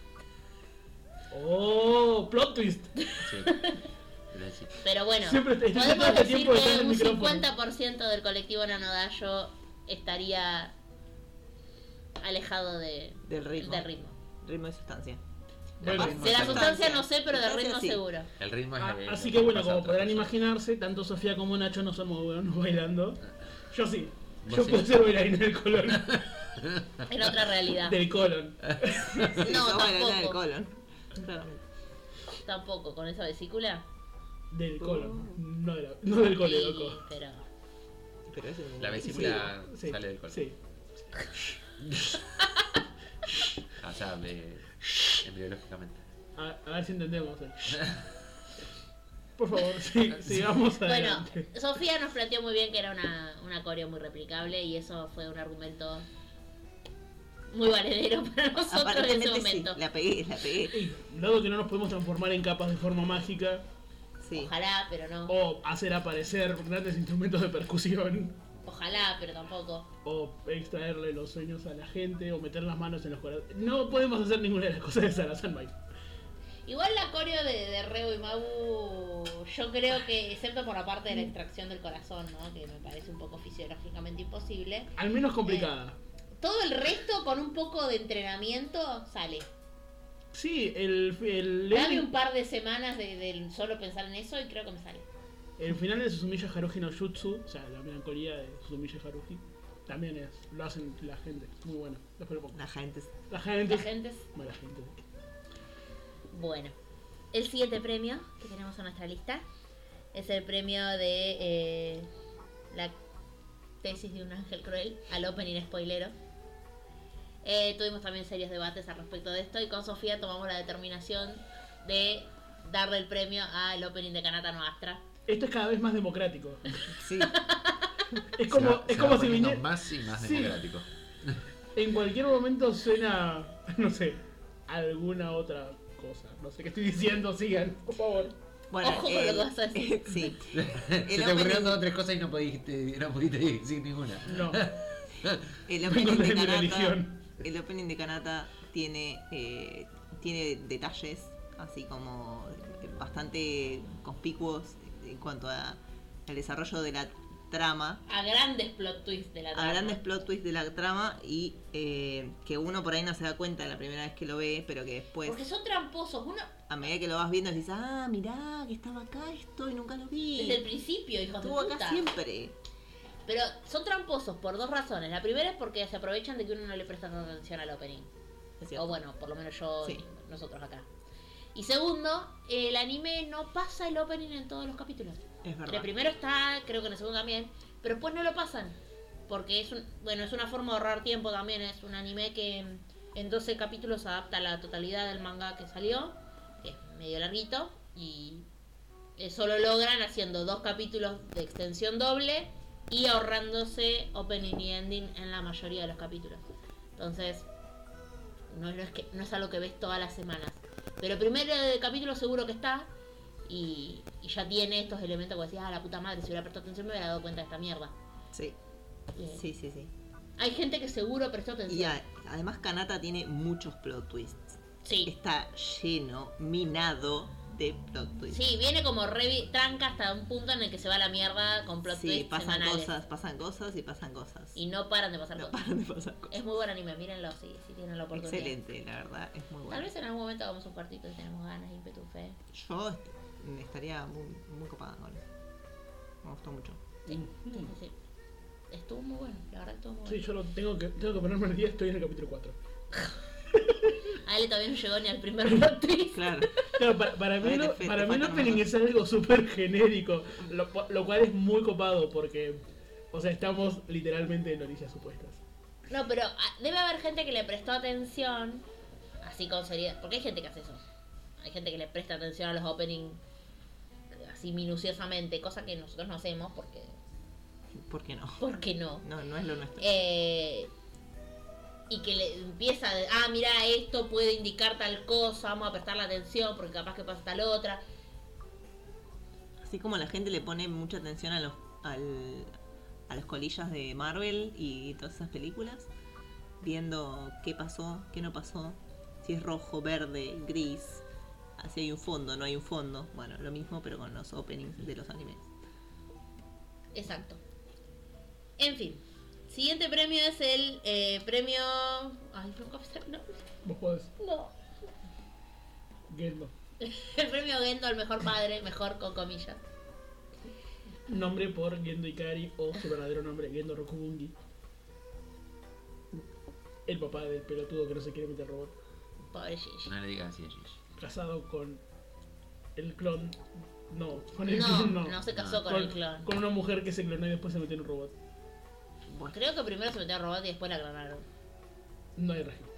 Oh, plot twist. Sí. Pero sí. Pero bueno, Siempre estoy podemos tratando de decir tiempo de estar en que el un micrófono. cincuenta por ciento del colectivo Nanodayo estaría alejado de, Del ritmo. del ritmo. Ritmo y sustancia. Del Capaz- ritmo. De la Sustancia. sustancia no sé, pero del Sustancia ritmo sí. seguro. El ritmo es. Ah, eh, así lo que bueno, pasa a como otra podrán persona. imaginarse, tanto Sofía como Nacho no somos buenos bailando. Yo sí. Vos Yo sí. puedo ser bailarín del colon. En otra realidad. Del colon. Sí, No, sos bailarina del tampoco. colon. Claramente. Tampoco, con esa vesícula. Del colon. No, de la- no del colon, Sí, loco. pero. Pero es un- La vesícula Sí, sale del colon. Sí. Ah, o sea, eh, embriológicamente. A, a ver si entendemos. eh. Por favor, sí, sigamos Bueno, adelante. Sofía nos planteó muy bien que era una, una coreo muy replicable y eso fue un argumento muy valedero para nosotros en ese Aparentemente sí, momento. la pegué, la pegué. Y, dado que no nos podemos transformar en capas de forma mágica Sí. Ojalá, pero no. o hacer aparecer grandes instrumentos de percusión, Ojalá, pero tampoco. O extraerle los sueños a la gente, o meter las manos en los corazones. No podemos hacer ninguna de las cosas de Sarah Sanmai. Igual la coreo de, de Reo y Mabu, yo creo que, excepto por la parte de la extracción del corazón, ¿no? Que me parece un poco fisiológicamente imposible. Al menos complicada. Eh, todo el resto, con un poco de entrenamiento, sale. Sí, el, el, Dame el, un par de semanas de, de solo pensar en eso y creo que me sale. el final de Suzumiya Haruhi no Jutsu, o sea, la melancolía de Suzumiya Haruhi, también es, lo hacen la gente, es muy bueno. Después lo pongo. La gente. La gente. La gente es... Bueno, la gente. Bueno, el siguiente premio que tenemos en nuestra lista es el premio de eh, la tesis de un ángel cruel al opening spoilero. Eh, tuvimos también serios debates al respecto de esto y con Sofía tomamos la determinación de darle el premio al opening de Kanata no Astra. Esto es cada vez más democrático. Sí. Es como, Se va- es se como va si poniendo viniera. más y más Sí. democrático. En cualquier momento suena, no sé, alguna otra cosa. No sé qué estoy diciendo, sigan, por favor. Bueno, Ojo con lo que vas a decir. Sí. Se te opening- ocurrieron dos o tres cosas y no pudiste, no pudiste decir ninguna. No, El en opening contra de de mi Kanata, religión. el opening de Kanata tiene eh, tiene detalles así como bastante conspicuos en cuanto a el desarrollo de la trama, A grandes plot twists de la a trama. grandes plot twists de la trama y eh, que uno por ahí no se da cuenta la primera vez que lo ve, pero que después Porque son tramposos. Uno, a medida que lo vas viendo dices, ah, mirá, que estaba acá esto y nunca lo vi. desde el principio, hijos de Estuvo puta. acá siempre. Pero son tramposos por dos razones. La primera es porque se aprovechan de que uno no le presta tanta atención al opening. Es cierto. O bueno, por lo menos yo Sí. y nosotros acá. Y segundo, el anime no pasa el opening en todos los capítulos. Es En verdad. el primero está, creo que en el segundo también, pero después no lo pasan. Porque es un, bueno, es una forma de ahorrar tiempo también. Es un anime que en doce capítulos adapta la totalidad del manga que salió, que es medio larguito, y eso lo logran haciendo dos capítulos de extensión doble y ahorrándose opening y ending en la mayoría de los capítulos. Entonces, no, no es que no es algo que ves todas las semanas. Pero el primer eh, capítulo seguro que está y, y ya tiene estos elementos que decías, ah, la puta madre, si hubiera prestado atención me hubiera dado cuenta de esta mierda. Sí. Eh, Sí, sí, sí. Hay gente que seguro prestó atención. Y a- además Kanata tiene muchos plot twists. Sí. Está lleno, minado de plot twists. Sí, viene como re tranca hasta un punto en el que se va a la mierda con plot Sí, twists pasan semanales. cosas, pasan cosas y pasan cosas. Y no paran de pasar no cosas. paran de pasar cosas. Es muy buen anime, mírenlo si, si tienen la oportunidad. Excelente, la verdad, es muy Tal bueno. vez en algún momento hagamos un partido y tenemos ganas, ímpetu, fe. Yo est- estaría muy, muy copada con eso. Me gustó mucho. Sí, sí, sí, sí. Estuvo muy bueno, la verdad estuvo muy bueno. Sí, yo lo tengo que, tengo que ponerme al día, estoy en el capítulo cuatro. A él todavía no llegó ni al primer plot twist. Claro. Claro, para, para mí, Ay, lo- te fe- para te mí el faltan opening más. es algo súper genérico, lo, lo cual es muy copado porque, o sea, estamos literalmente en noticias supuestas. No, pero ah, debe haber gente que le prestó atención, así con seriedad, porque hay gente que hace eso. Hay gente que le presta atención a los openings así minuciosamente, cosa que nosotros no hacemos porque, ¿Por qué no? ¿por qué no? No, no es lo nuestro. Eh, y que le empieza, de, ah, mira, esto puede indicar tal cosa, vamos a prestarle atención porque capaz que pasa tal otra. Así como la gente le pone mucha atención a los al, a las colillas de Marvel y todas esas películas, viendo qué pasó, qué no pasó, si es rojo, verde, gris, si hay un fondo, no hay un fondo. Bueno, lo mismo pero con los openings de los animes. Exacto. En fin. Siguiente premio es el eh, premio... Ay, nunca me sale el nombre. Vos podés, No. Gendo. El premio Gendo al mejor padre, mejor con comillas. Nombre por Gendo Ikari o su verdadero nombre, Gendo Rokubungi. El papá del pelotudo que no se quiere meter robot. Pobre Gigi. No le digas así a Gigi. Casado con el clon. No, con el No, clon no, no. se casó con, Con, el clon. con una mujer que se clonó y después se metió en un robot. Bueno, Creo que primero se metió a robot y después la clonaron. No hay registro.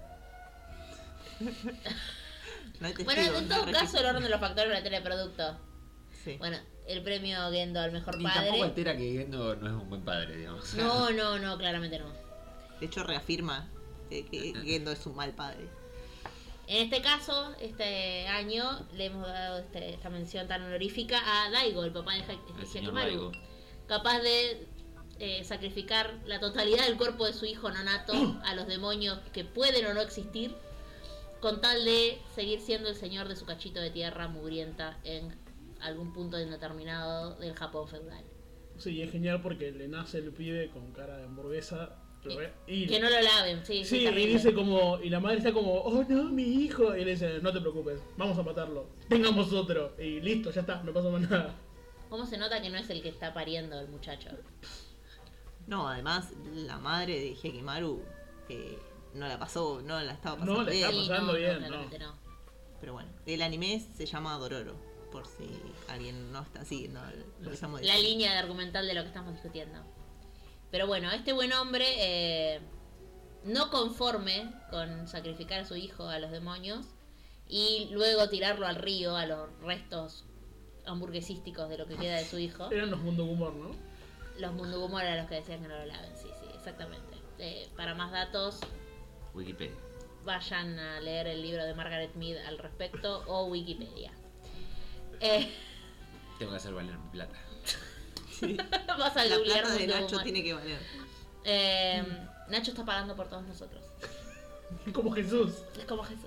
no hay testigos, Bueno, en no hay todo caso, registro. el orden de los factores del teleproducto. Sí. Bueno, el premio Gendo al mejor Ni tampoco padre. altera que Gendo no es un buen padre, digamos. No, no, no, claramente no. De hecho reafirma eh, que Gendo es un mal padre. En este caso, este año le hemos dado este- esta mención tan honorífica a Daigo, el papá de, Ha- de El señor Hakimaru. Daigo. Capaz de eh, sacrificar la totalidad del cuerpo de su hijo nonato a los demonios que pueden o no existir, con tal de seguir siendo el señor de su cachito de tierra mugrienta en algún punto indeterminado del Japón feudal. Sí, es genial porque le nace el pibe con cara de hamburguesa. Lo ve- Y, Que no lo laven, sí, sí, y terrible. dice como, y la madre está como, oh no, mi hijo. Y le dice, no te preocupes, vamos a matarlo, tengamos otro. Y listo, ya está, no pasa más nada. ¿Cómo se nota que no es el que está pariendo el muchacho? No, además, la madre de Hekimaru eh, no la pasó, no la estaba pasando No, la bien. está Sí, pasando no, bien, no, claramente no. Pero bueno, el anime se llama Dororo, por si alguien no está siguiendo lo que estamos La diciendo. línea de argumental de lo que estamos discutiendo. Pero bueno, este buen hombre, eh, no conforme con sacrificar a su hijo a los demonios y luego tirarlo al río, a los restos hamburguesísticos de lo que queda de su hijo. Eran los Mundo Humor, ¿no? Los Mundugumor eran los que decían que no lo laven, sí, sí, exactamente. Eh, para más datos, Wikipedia. vayan a leer el libro de Margaret Mead al respecto o Wikipedia. Eh, Tengo que hacer valer mi plata. vas a La googlear plata de Nacho Mundugumor. tiene que valer. Eh, Nacho está pagando por todos nosotros. Como Jesús. Es como Jesús.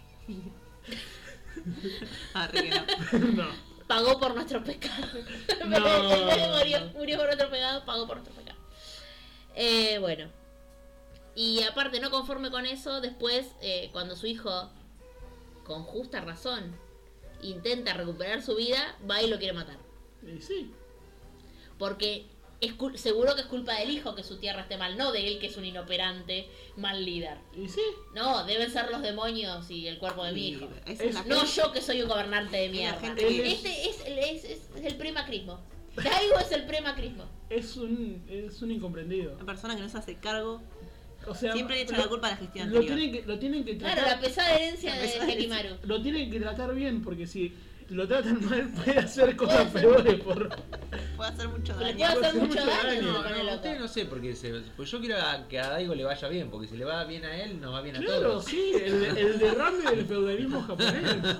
Ah, re que no. No. Pagó por nuestros pecados. No. En vez de murió, murió por nuestros pecados, pagó por nuestros pecados. Eh, bueno. Y aparte, no conforme con eso, después, eh, cuando su hijo, con justa razón, intenta recuperar su vida, va y lo quiere matar. Y sí. Porque es cul- seguro que es culpa del hijo que su tierra esté mal, no de él que es un inoperante mal líder. Y sí. No, deben ser los demonios y el cuerpo de mi Y hijo. esa Es- la No gente- yo que soy un gobernante de mierda. gente que- Este es, es, es, es el premacrismo. Daigo es el premacrismo. Es un, es un incomprendido. Una persona que no se hace cargo. O sea, Siempre le echan lo- la culpa a la gestión Lo anterior. tienen que, lo tienen que Claro, tratar. la pesada herencia La de pesada Hekimaru. Lo tienen que tratar bien, porque si lo tratan mal puede hacer cosas peores por. Puede hacer mucho Le daño. puede hacer hacer mucho mucho daño daño. no, No, con el no, otro. usted no sé porque se, pues yo quiero a- que a Daigo le vaya bien, porque si le va bien a él, nos va bien a Claro, todos. sí, el, el derrame del feudalismo japonés.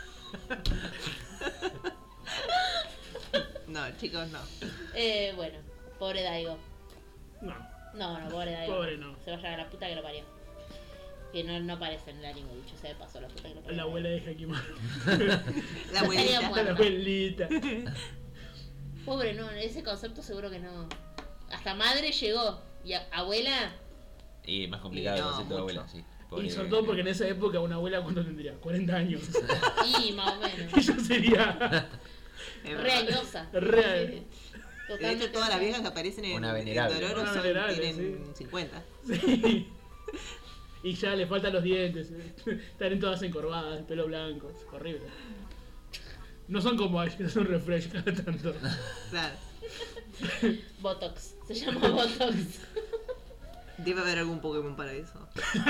No, chicos, no. Eh, bueno, pobre Daigo. No, No, no, pobre Daigo. Pobre no. Se vaya a la puta que lo parió. Que no, no aparece en el anime, dicho sea de paso, la puta que lo parió. la abuela de Hakimaru. La Estaría abuelita. muerta. La abuelita. Pobre, no, ese concepto seguro que no. Hasta madre llegó. Y a- abuela, Y más complicado Y el no, concepto de mucho. abuela, sí. Y Porque- sobre todo porque en esa época una abuela, ¿cuánto tendría? cuarenta años. y más o menos. Y yo sería. Es Re verdad. añosa. Real. Sí, sí. De Totalmente hecho, todas las real. viejas que aparecen en, Una en venerable. Dororo Una son- venerable, tienen sí. cincuenta. Sí. Y ya le faltan los dientes. Están todas encorvadas, el pelo blanco. Es horrible. No son como Ash, que son refresh cada tanto. Claro. Botox. Se llama Botox. Debe haber algún Pokémon para eso.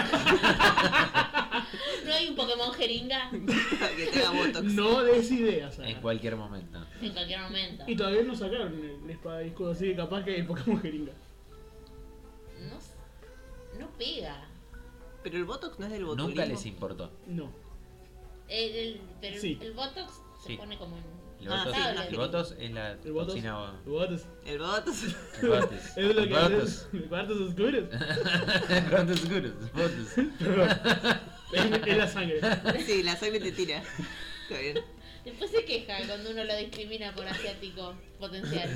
¿No hay un Pokémon jeringa? Para que te haga Botox. No des ideas. Ana. En cualquier momento. En cualquier momento. Y todavía no sacaron el espada y escudo, así que capaz que el Pokémon jeringa. No, s- no pega. Pero el Botox no es del botulismo. Nunca les importó. No. El, el- pero Sí. el Botox se Sí. pone como en. El Ah, Botox, sí, el una Botox es la El Botox. toxina. El Botox. El Botox. El Botox. Es lo El que Botox. haces. El cuartos oscuros. El Botox oscuro, el Botox. Es, es la sangre. Sí, la sangre te tira. Está bien. Después se queja cuando uno lo discrimina por asiático potencial.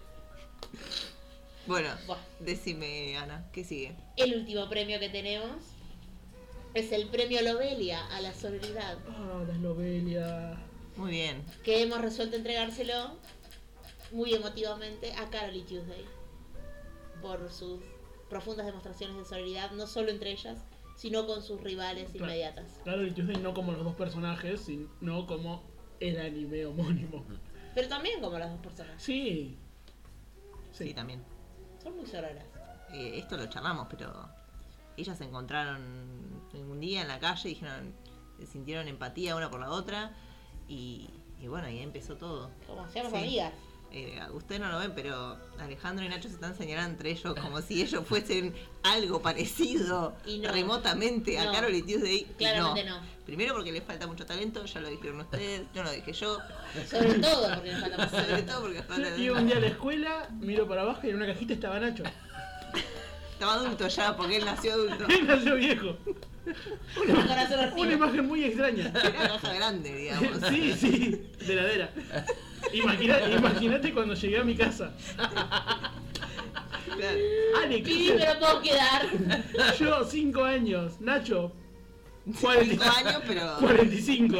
Bueno, Buah. decime, Ana, ¿qué sigue? El último premio que tenemos es el premio Lobelia a la sororidad, Ah, la Lobelia. Muy bien. que hemos resuelto entregárselo muy emotivamente a Carol y Tuesday por sus profundas demostraciones de sororidad, no solo entre ellas, sino con sus rivales Claro. inmediatas. Claro, y Tuesday no como los dos personajes, sino como el anime homónimo. Pero también como las dos personas. Sí. Sí, Sí. también. Son muy sororas. Eh, esto lo charlamos, pero ellas se encontraron un día en la calle y dijeron, sintieron empatía una por la otra y, y bueno, ahí empezó todo. Como seamos Sí. amigas. Eh, ustedes no lo ven, pero Alejandro y Nacho se están señalando entre ellos como si ellos fuesen algo parecido Y no. remotamente a No. Carol y Tuesday. Y Claramente no. Primero porque les falta mucho talento, ya lo dijeron ustedes, no lo dije yo. Sobre todo porque nos falta más Sobre todo porque falta Yo iba un día a la escuela, miro para abajo y en una cajita estaba Nacho. Estaba adulto ya, porque él nació adulto. Él nació viejo. Un corazón Una artigo. imagen muy extraña. Era caja grande, digamos. Sí, sí, de heladera. Imagina- Imagínate cuando llegué a mi casa. Claro. Alex, Sí, pero puedo quedar. yo cinco años, Nacho Cinco cuarenta, años, pero. cuarenta y cinco.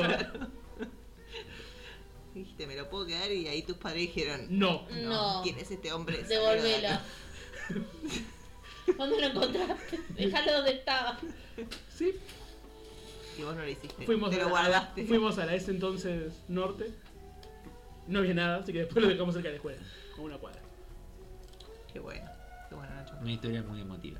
Dijiste, me lo puedo quedar y ahí tus padres dijeron, No. No. ¿quién es este hombre? Devolvelo. ¿Dónde lo encontraste? Déjalo donde estaba. Sí, Y vos no lo hiciste. fuimos Te a, lo la, guardaste. fuimos a la ese entonces norte. No había nada, así que después lo dejamos cerca de la escuela, como una cuadra. Qué bueno. Qué bueno, Nacho. Una historia muy emotiva.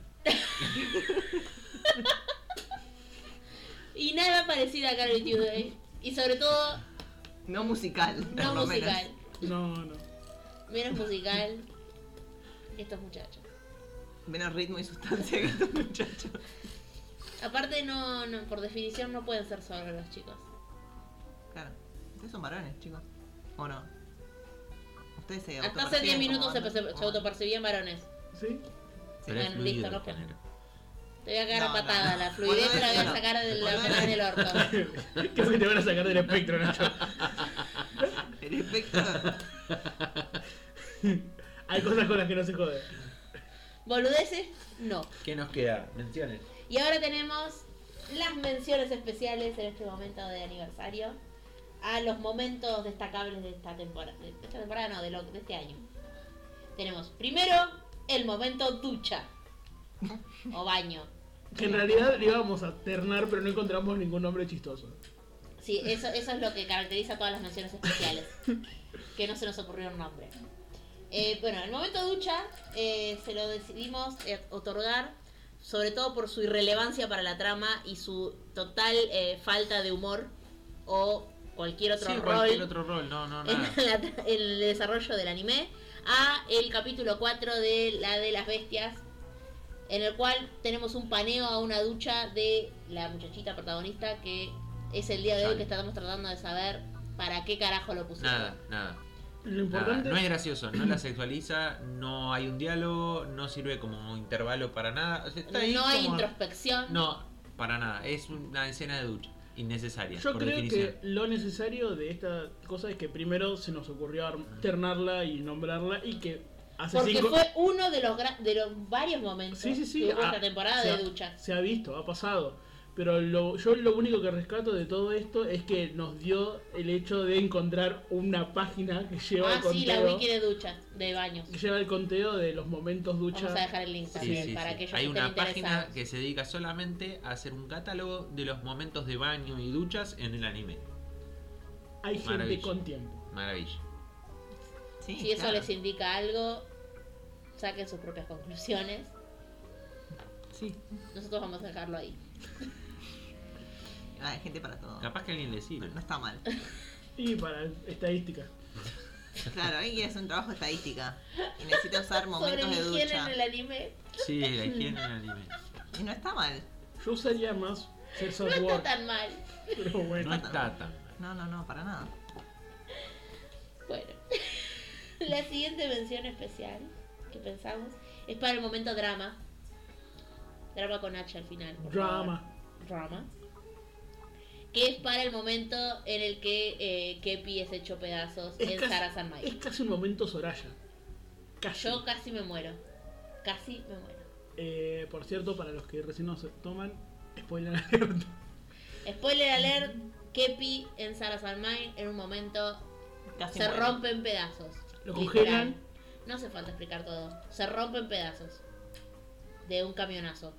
Y nada parecido a Carol y Tuesday. Y sobre todo, No musical. por no lo musical. No, no. Menos musical que estos muchachos. Menos. Menos ritmo y sustancia que estos muchachos. Aparte, no, no, por definición no pueden ser solo los chicos. Claro. Ustedes son varones, chicos. ¿O no? Ustedes se Hasta hace diez autoperciben minutos como se, varones, se, o- se autopercibían varones. ¿Sí? Pero es bueno, fluido listo, el no, género. Te voy a cagar a No, patada, no. la fluidez te la voy a No. sacar de la No. mano en el orto. ¿Qué fue que te van a sacar del espectro, Nacho? El espectro. Hay cosas con las que no se jode. ¿Boludeces? No. ¿Qué nos queda? Menciones. Y ahora tenemos las menciones especiales en este momento de aniversario a los momentos destacables de esta temporada. De esta temporada no, de, lo, de este año. Tenemos primero el momento ducha o baño. Que en realidad le íbamos a ternar, pero no encontramos ningún nombre chistoso. Sí, eso, eso es lo que caracteriza todas las menciones especiales. Que no se nos ocurrió un nombre. Eh, bueno, el momento ducha eh, se lo decidimos eh, otorgar sobre todo por su irrelevancia para la trama y su total eh, falta de humor o cualquier otro Sí, rol cualquier otro rol, no, no, en, nada. la tra- en el desarrollo del anime, a el capítulo cuatro de la de las bestias, en el cual tenemos un paneo a una ducha de la muchachita protagonista, que es el día de hoy Sale. que estamos tratando de saber para qué carajo lo pusieron. Nada, nada. Lo Nada. importante No es gracioso, no la sexualiza, no hay un diálogo, no sirve como intervalo para nada. O sea, está ahí No hay como- introspección. No, para nada. Es una escena de ducha, innecesaria, Yo por creo definición. que lo necesario de esta cosa es que primero se nos ocurrió alternarla y nombrarla y que hace Porque cinco... fue uno de los gra- de los varios momentos Sí, sí, sí. que hubo ah, esta temporada se ha- de duchas. Se ha visto, ha pasado. Pero lo, yo lo único que rescato de todo esto es que nos dio el hecho de encontrar una página que lleva Ah, el conteo, sí, la wiki de duchas, de baños. que lleva el conteo de los momentos ducha. Vamos a dejar el link Sí, también sí, para sí. aquellos Hay que una estén página interesados. que se dedica solamente a hacer un catálogo de los momentos de baño y duchas en el anime. Hay gente Maravilla. con tiempo. Maravilla. Sí, Si eso claro. les indica algo, saquen sus propias conclusiones. Sí. Nosotros vamos a dejarlo ahí. Ah, hay gente para todo. Capaz que alguien le sirve. No está mal. Y para estadística. Claro, alguien quiere hacer un trabajo de estadística y necesita usar momentos Sobre de la higiene ducha. en el anime, Sí, la higiene en el anime. Y no está mal. Yo usaría más Sex no at está Work, tan mal. pero bueno. No está tan. No, no, no, para nada. Bueno, la siguiente mención especial que pensamos es para el momento drama. Drama con H al final. por Drama. favor. Drama. Que es para el momento en el que eh, Kepi es hecho pedazos Es en casi- Sara Sanmai. Es casi un momento Soraya. Casi. Yo casi me muero. Casi me muero. Eh, por cierto, para los que recién nos toman, spoiler alert. Spoiler alert, Kepi en Sara Sanmai en un momento Casi se muere. rompe en pedazos. Lo Literal. congelan. No hace falta explicar todo. Se rompe en pedazos. De un camionazo.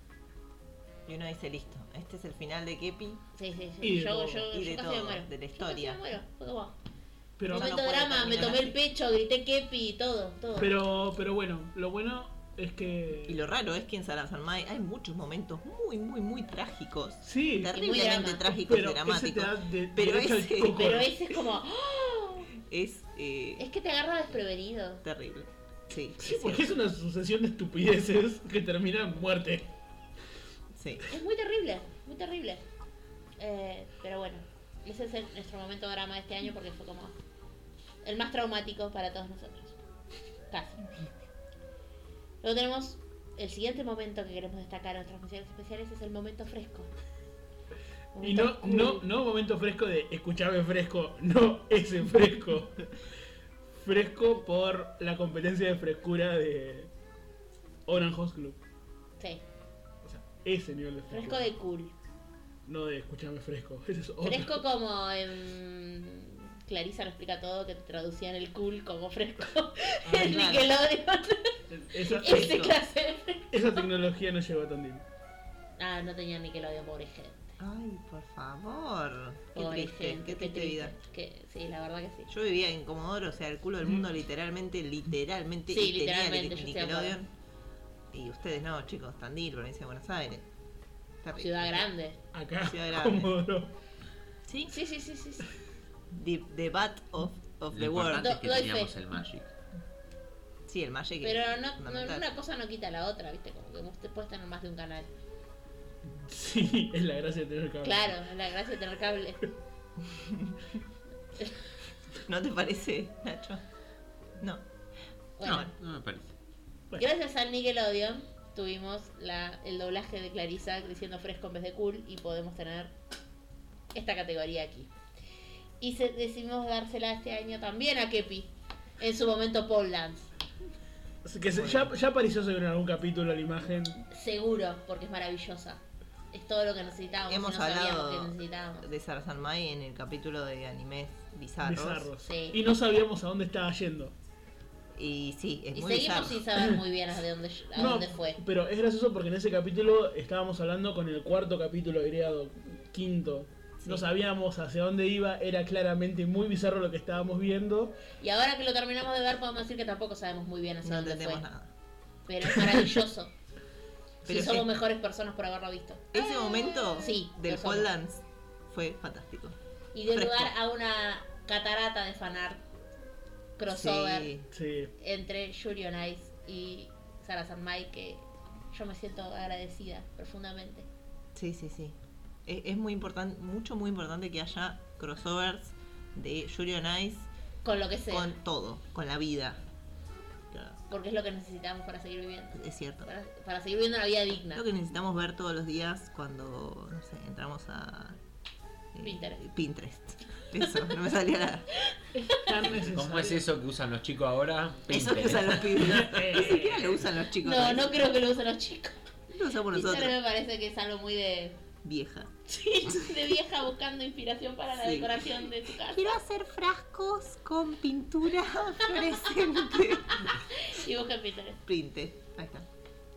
Y uno dice, listo, este es el final de Kepi. Sí, sí, sí. Y de yo, todo. yo, Y yo de casi todo, me muero. de la Yo historia. casi me muero. Fue como, Pero, Ya momento no puede drama, me terminar tomé el así. pecho, grité Kepi y todo, todo. pero, pero bueno, lo bueno es que. Y lo raro es que en Sara Sanmai hay muchos momentos muy, muy, muy trágicos. Sí, muy Terriblemente drama. trágicos y pero ese te dramáticos. da de- Pero derecho al ese- coco. Pero ese es como, ¡oh! es eh, Es que te agarra desprevenido. terrible. Sí, Sí, es porque es cierto. una sucesión de estupideces que termina en muerte. Sí. Es muy terrible, muy terrible. Eh, pero bueno, ese es el- nuestro momento drama de este año porque fue como el más traumático para todos nosotros. Casi. Luego tenemos el siguiente momento que queremos destacar en nuestras misiones especiales, es el momento fresco. Y Momento no, cool. no, no momento fresco de escuchame fresco, no ese fresco. Fresco por la competencia de frescura de Orange Host Club. Sí, O sea, ese nivel de fresco frescura. de cool. No de escuchame fresco. Ese es otro. Fresco como en Clarisa lo explica todo, que traducían el cool como fresco. Ay, En claro. Nickelodeon. Esa, Ese Fresco. clase de fresco. esa tecnología no llegó a tan bien. Ah, no tenía Nickelodeon, pobre gente. Ay, por favor. Qué Pobre triste, gente, qué triste vida. Que, sí, la verdad que sí. Yo vivía en Comodoro, o sea, el culo del mundo literalmente, literalmente, Sí, y tenía literalmente, Nic- yo estoy de Nickelodeon. Y ustedes no, chicos, Tandil, provincia de Buenos Aires. Terrible. Ciudad grande. Acá, Ciudad grande. Comodoro. Sí, Sí, sí, sí, sí. sí. the, the bat of, of Lo the importante world. es que Doy teníamos fe. el Magic. Sí, el Magic Pero es no, no, fundamental. una cosa no quita la otra, ¿viste? Como que usted puede tener más de un canal. Sí, es la gracia de tener cable. Claro, es la gracia de tener cable. ¿No te parece, Nacho? No. Bueno, No, no me parece. Bueno, gracias al Nickelodeon tuvimos la, el doblaje de Clarisa diciendo fresco en vez de cool y podemos tener esta categoría aquí. Y se, decidimos dársela este año también a Kepi en su momento pole dance. así que se- ya, ya apareció en algún capítulo la imagen. Seguro, porque es maravillosa. Es todo lo que necesitábamos. y Hemos no sabíamos hablado que necesitábamos. de Sarazan Mai en el capítulo de animes bizarros. Bizarros. Sí. Y no sabíamos a dónde estaba yendo. Y sí, es Y muy seguimos bizarro. sin saber muy bien a dónde, a No, dónde fue. pero es gracioso porque en ese capítulo estábamos hablando con el cuarto capítulo agregado, quinto. No Sí. sabíamos hacia dónde iba, era claramente muy bizarro lo que estábamos viendo. Y ahora que lo terminamos de ver, podemos decir que tampoco sabemos muy bien hacia No dónde entendemos fue. nada. Pero es maravilloso. Pero si somos sí. mejores personas por haberlo visto. Ese momento Sí, del lo somos. pole dance fue fantástico. Y dio Fresco. lugar a una catarata de fanart crossover Sí. Sí. entre Yuri on Ice y Sarah Sanmai, que yo me siento agradecida profundamente. Sí, sí, sí. Es, es muy importante, mucho, muy importante que haya crossovers de Yuri on Ice Con lo que sea. con todo, con la vida. Claro, Porque es lo que necesitamos para seguir viviendo. es cierto. Para, para seguir viviendo una vida digna. Lo que necesitamos ver todos los días cuando, no sé, entramos a eh, Pinterest. Pinterest. Eso, no me salía la... Tan necesario. ¿Cómo es eso que usan los chicos ahora? Eso que usan los pibes. Ni siquiera lo usan los chicos. No, no creo que lo usen los chicos. Lo usamos Pinterest nosotros. me parece que es algo muy de, Vieja. sí, de vieja buscando inspiración para la Sí. decoración de su casa. hacer frascos con pintura fluorescente. Y busca en Pinterest. Printe. Ahí está.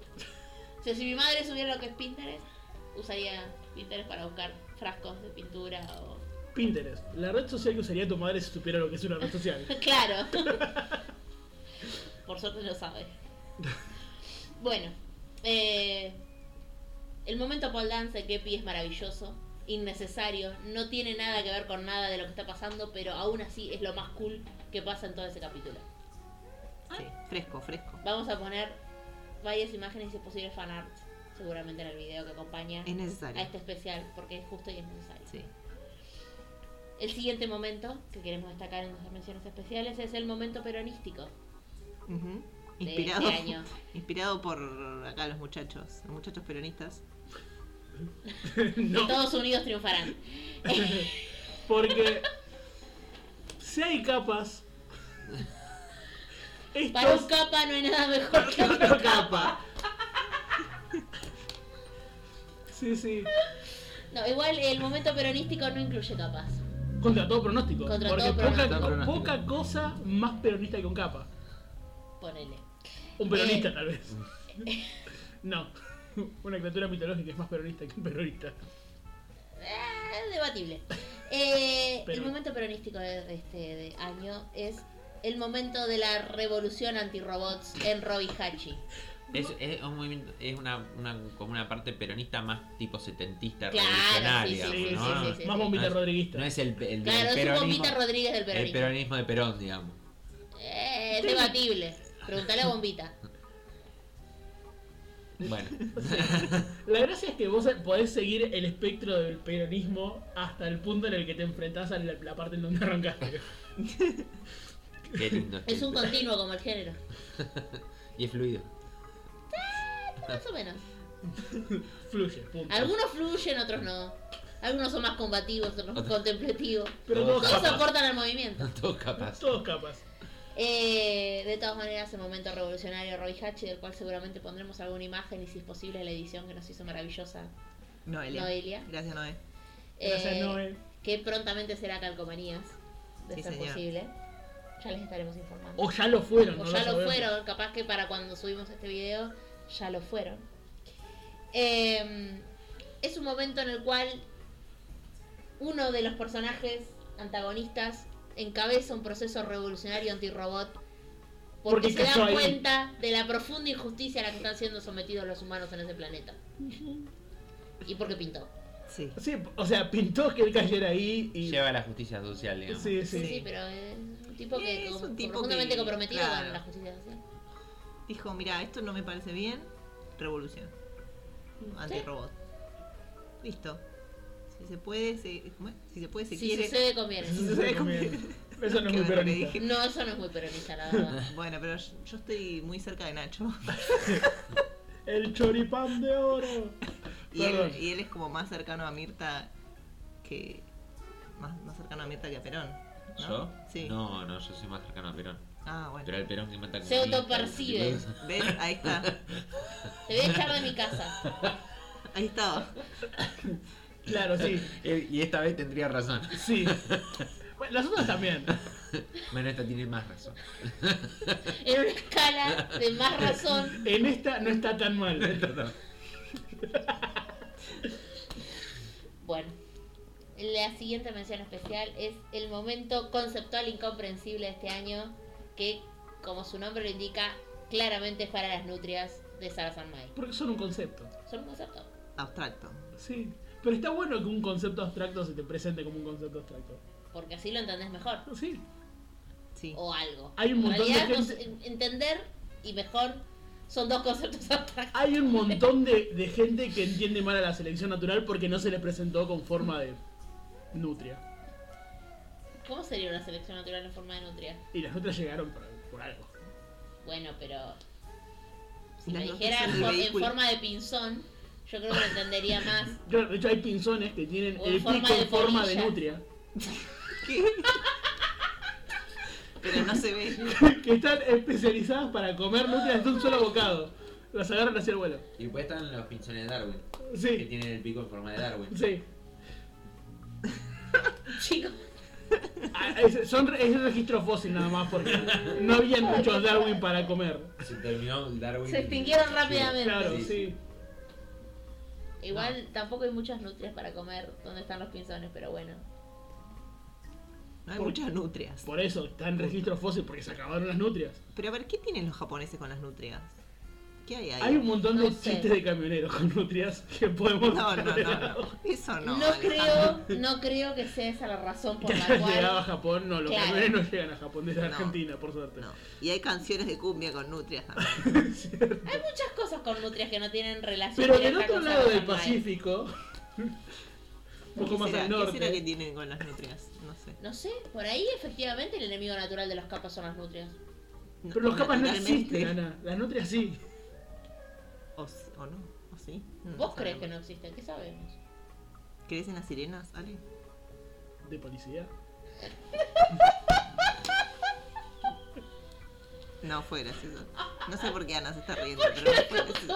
O sea, si mi madre supiera lo que es Pinterest, usaría Pinterest para buscar frascos de pintura o... Pinterest, la red social que usaría tu madre si supiera lo que es una red social. Claro. Por suerte lo sabe. Bueno, eh, el momento pole dance de Kepi es maravilloso, innecesario, no tiene nada que ver con nada de lo que está pasando, pero aún así es lo más cool que pasa en todo ese capítulo. Sí, fresco, fresco. Vamos a poner varias imágenes y si es posible fanart, seguramente en el video que acompaña Es a necesario. este especial, porque es justo y es necesario. Sí. El siguiente momento que queremos destacar en nuestras menciones especiales es el momento peronístico. Ujú. De Inspirado, este año. inspirado por acá los muchachos, los muchachos peronistas. No, Que todos unidos triunfarán. porque si hay capas, Para estos un capa no hay nada mejor que otro otro capa. capa. Sí, sí. No, igual el momento peronístico no incluye capas. Contra todo pronóstico. Contra porque todo poca, pronóstico. Todo pronóstico. poca cosa más peronista que un capa. Ponele. Un peronista, Eh. tal vez. No. Una criatura mitológica es más peronista que un peronista. Eh, debatible. Eh, Pero- el momento peronístico de, de este de año es el momento de la revolución anti-robots en Robihachi. Es, es un movimiento, es una, una como una parte peronista más tipo setentista, Claro, revolucionaria, sí, sí, digamos, sí, ¿no? sí, sí, sí. Más bombita No es- rodriguista. No es el, el, Claro, el es un peronismo, Bombita Rodríguez del el peronismo. peronismo de Perón, digamos. Eh, es debatible. Preguntale a Bombita. Bueno, La gracia es que vos podés seguir el espectro del peronismo hasta el punto en el que te enfrentás a la, la parte en donde arrancaste. qué lindo. Es un continuo como el género. Y es fluido. Más o menos. Fluye, punto. Algunos fluyen, otros no. Algunos son más combativos, otros más contemplativos. Pero Todos todos Todos capas. aportan al movimiento. Todo capaz. Todos capas. Eh, de todas maneras, el momento revolucionario de Roy Hatch, del cual seguramente pondremos alguna imagen y si es posible la edición que nos hizo maravillosa Noelia. Noelia. Gracias, Noé. Gracias, Eh, Noé. que prontamente será calcomanías, de Sí, ser señor. posible. Ya les estaremos informando. O ya lo fueron, O no ya lo lo sabemos. fueron, capaz que para cuando subimos este video ya lo fueron. Eh, es un momento en el cual uno de los personajes antagonistas encabeza un proceso revolucionario antirrobot porque, Porque se cayó da ahí. cuenta de la profunda injusticia a la que están siendo sometidos los humanos en ese planeta. Y porque pintó. Sí. Sí, o sea, pintó que él cayera ahí y... Lleva la justicia social, digamos. Sí, Sí, sí. sí, pero es un tipo que Es como- un tipo profundamente que- comprometido claro. con la justicia social. Dijo, mira, esto no me parece bien. Revolución. Antirrobot. Listo. Si se puede, se, ¿cómo es? Si se puede, se Si quiere. sucede, conviene. Eso se conviene. Eso no es Qué muy bueno que peronista. dije. No, eso no es muy peronista, la verdad. Bueno, pero yo, yo estoy muy cerca de Nacho. El choripán de oro. Y él, Perdón. y él es como más cercano a Mirta que. Más, más cercano a Mirta que a Perón. ¿no? ¿Yo? Sí. No, no, yo soy más cercano a Perón. Ah, bueno. Pero el Perón que mata Se comunistas, autopercibe. ese tipo de cosas. ¿Ves? Ahí está. Te voy a echar de mi casa. Ahí estaba. Claro, sí. Eh, Y esta vez tendría razón. Sí. Bueno, las otras también. Bueno, esta tiene más razón. En una escala de más razón. En esta no está tan mal. Bueno, la siguiente mención especial es el momento conceptual incomprensible de este año, que, como su nombre lo indica, claramente es para las nutrias de Sara San Mai. Porque son un concepto. Son un concepto. Abstracto. Sí. Pero está bueno que un concepto abstracto se te presente como un concepto abstracto. Porque así lo entendés mejor. Sí. Sí. O algo. Hay un En montón de realidad, gente- nos- entender y mejor son dos conceptos abstractos. Hay un montón de, de gente que entiende mal a la selección natural porque no se le presentó con forma de nutria. ¿Cómo sería una selección natural en forma de nutria? Y las nutrias llegaron por, por algo. Bueno, pero si Las me nutrias dijera son en, for- en ridículas. forma de pinzón, yo creo que lo entendería más. Yo, de hecho, hay pinzones que tienen O en el forma pico de en forma de polilla. nutria. ¿Qué? Pero no se ve. Que están especializadas para comer nutrias de un solo bocado. Las agarran hacia el vuelo. Y después están los pinzones de Darwin, que Sí, tienen el pico en forma de Darwin. sí. Chicos, Ah, es, son, es el registro fósil nada más porque no había muchos Darwin para comer. Se terminó el Darwin. se extinguieron rápidamente. Claro, Sí, sí. Igual tampoco hay muchas nutrias para comer donde están los pinzones, pero bueno. No hay Por- muchas nutrias. Por eso está en registro fósil porque se acabaron las nutrias. Pero a ver, ¿qué tienen los japoneses con las nutrias? ¿Qué hay ahí? Hay un montón de No sé. chistes de camioneros con nutrias que podemos No, dejar no, de no, lado. no. Eso no. No, Alejandro. creo, no creo que sea esa la razón por Que la hayan llegado a cual. Japón, no, los Claro. camioneros no llegan a Japón desde No. Argentina, por suerte. No. Y hay canciones de cumbia con nutrias también. Hay muchas cosas con nutrias que no tienen relación. Pero del directa otro con lado del Sara San Mai. Pacífico, un poco ¿Qué más será, al ¿Qué será que norte, tienen con las nutrias? No sé. No sé, por ahí efectivamente el enemigo natural de las capas son las nutrias. No, pero los capas no naturalmente. existen, Ana. Las nutrias sí. O, s- o no, o sí. No, ¿Vos no crees sabemos. que no existen? ¿Qué sabemos? ¿Crees en las sirenas, Ale? De policía. No fue gracioso. No sé por qué Ana se está riendo, pero no fue gracioso.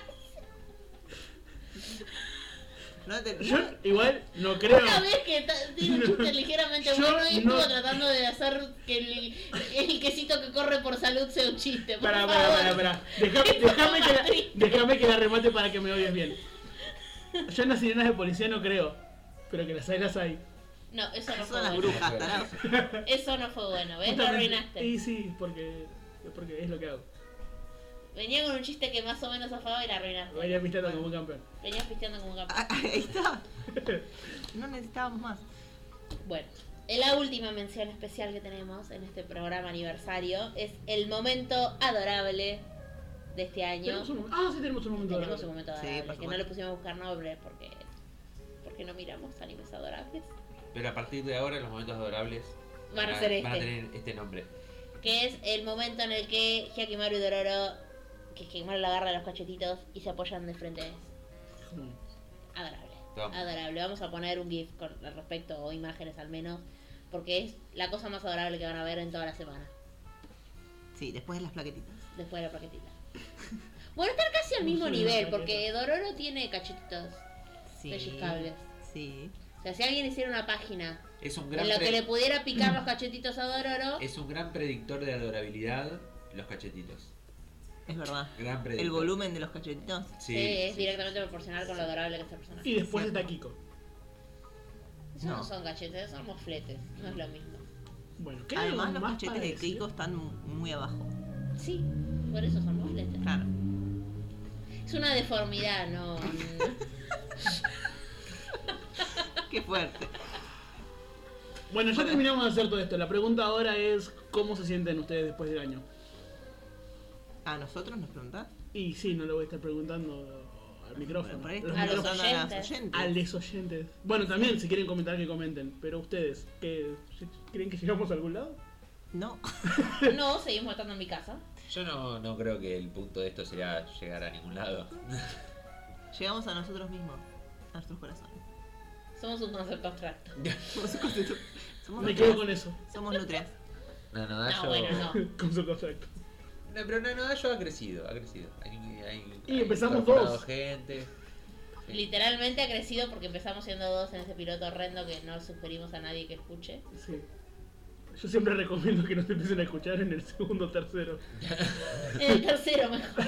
No te, Yo no- igual no creo. Una vez que ta- tiene un chiste ligeramente Yo bueno y estuvo no- tratando de hacer que el, el quesito que corre por salud sea un chiste. Por Pará, favor. pará, pará, pará. Déjame, Esto déjame es que más la, triste. déjame que la remate para que me oyes bien. Yo en las sirenas de policía no creo. Pero que las hay, las hay. No, eso no son fue las bueno. brujas, tarado. Eso no fue bueno, ¿ves? Lo Justamente- arruinaste. Y sí, porque, porque es lo que hago. Venía con un chiste que más o menos zafaba y la arruinaste. Venía pisteando como un campeón. Venías pisteando como un campeón. Ah, ahí está. No necesitábamos más. Bueno, la última mención especial que tenemos en este programa aniversario es el momento adorable de este año. ¿Tenemos un, ah, sí, tenemos un momento. Tenemos un adorable. momento Sí, adorable, por que no supuesto. le pusimos a buscar nombre porque, porque no miramos animes adorables. Pero a partir de ahora los momentos adorables Van a ser van a este. tener este nombre. Que es el momento en el que Hyakimaru y Dororo, que Hyakimaru la agarra de los cachetitos y se apoyan de frente a él. Como- Adorable. Toma. Adorable. Vamos a poner un GIF con al respecto, o imágenes al menos, porque es la cosa más adorable que van a ver en toda la semana, Sí, después de las plaquetitas. después de la paquetita. Bueno, están casi al mismo Sí, nivel, la porque Dororo tiene cachetitos Sí. pellizcables. Sí. O sea, si alguien hiciera una página Es un gran en la que pre- le pudiera picar los cachetitos a Dororo, es un gran predictor de adorabilidad los cachetitos. Es verdad. Gran predictor. El volumen de los cachetitos. Sí, sí, es sí. directamente proporcional con lo adorable que es el personaje. Y después está Kiko. Esos no. No. son cachetes, son mofletes, no es lo mismo. Bueno, ¿qué hay Además, algo los más cachetes para de decir? Keiko están muy abajo. Sí, por eso son mofletes. Claro. Es una deformidad, no. Qué fuerte. Bueno, ya terminamos de hacer todo esto. La pregunta ahora es: ¿cómo se sienten ustedes después del año? ¿A nosotros nos preguntás? Y sí, no le voy a estar preguntando al micrófono. Bueno, por ahí Los estamos A los micrófonos- preguntando a las oyentes. oyentes. a los oyentes. Bueno, también si quieren comentar, que comenten. Pero ustedes, ¿qué, ¿creen que llegamos a algún lado? No. No, seguimos estando en mi casa. Yo no, no creo que el punto de esto sea llegar a ningún lado. Llegamos a nosotros mismos. A nuestros corazones. Somos un concepto abstracto. Somos, somos Me nutrias. quedo con eso. Somos nutrias. Nanodayo. No, bueno, no. Con su concepto. No, pero Nanodayo ha crecido, ha crecido. Hay, hay, Y hay empezamos incorporado dos. gente. Sí. Literalmente ha crecido porque empezamos siendo dos en ese piloto horrendo que no sugerimos a nadie que escuche. Sí. Yo siempre recomiendo que no se empiecen a escuchar en el segundo o tercero. En el tercero mejor.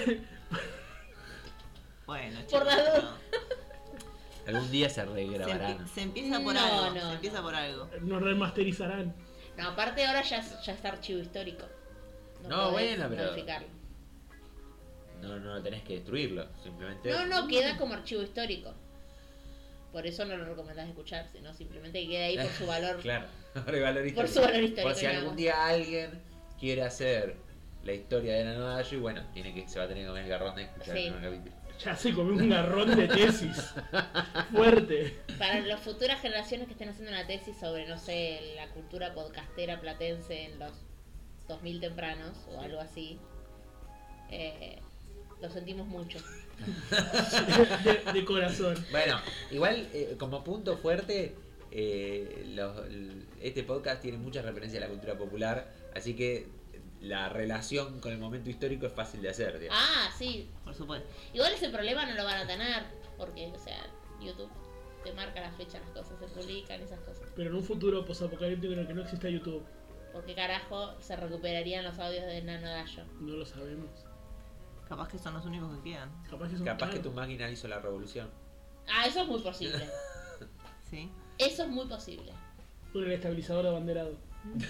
Bueno, Por chicos, las dos. no. Algún día se Se, regrabarán. empie- se empieza por No, algo. no, se empieza no. por algo. Nos remasterizarán. No, aparte ahora ya, es- ya está archivo histórico. No, podés bueno, pero- modificarlo. No, no tenés que destruirlo, simplemente. No, no, queda como archivo histórico. Por eso no lo recomendás escuchar, sino simplemente que quede ahí por su valor. Claro, por el valor histórico. Por su valor histórico, Por si nada algún más. día alguien quiere hacer la historia de Nanodayo y bueno, tiene que, se va a tener que comer el garrón de escuchar Sí. el primer capítulo. Ya se comió un garrón de tesis. Fuerte. Para las futuras generaciones que estén haciendo una tesis sobre, no sé, la cultura podcastera platense en los dos mil tempranos o algo así, eh, lo sentimos mucho. De, de corazón. Bueno, igual eh, como punto fuerte, eh, los- el- este podcast tiene muchas referencias a la cultura popular, así que la relación con el momento histórico es fácil de hacer. digamos. Ah, sí. Por supuesto. Igual ese problema no lo van a tener, porque, o sea, YouTube te marca la fecha, las cosas se publican, esas cosas. Pero en un futuro posapocalíptico en el que no exista YouTube, Porque carajo se recuperarían los audios de Nanodayo. no lo sabemos. Capaz que son los únicos que quedan. Capaz que, son, Capaz que claro. tu máquina hizo la revolución. Ah, eso es muy posible. ¿Sí? Eso es muy posible. Con el estabilizador de abanderado.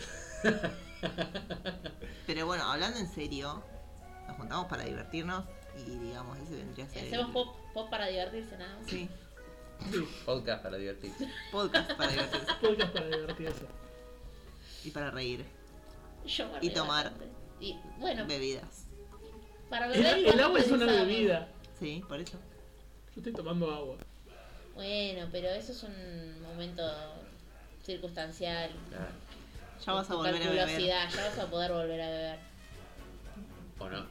Pero bueno, hablando en serio, nos juntamos para divertirnos y digamos, ese vendría a ser. el- Hacemos pop, pop para divertirse nada más. Sí, Sí, Podcast para divertirse. podcast para divertirse podcast para divertirse. y para reír. Yo me Y río tomar. bastante. Y bueno, Bebidas. para El, beber. el ¿cuánto agua es una precisamos? bebida. Sí, por eso. Yo estoy tomando agua. Bueno, pero eso es un momento circunstancial. Claro. Ya vas a Tu volver a beber. calculosidad, ya vas a poder volver a beber. ¿O no?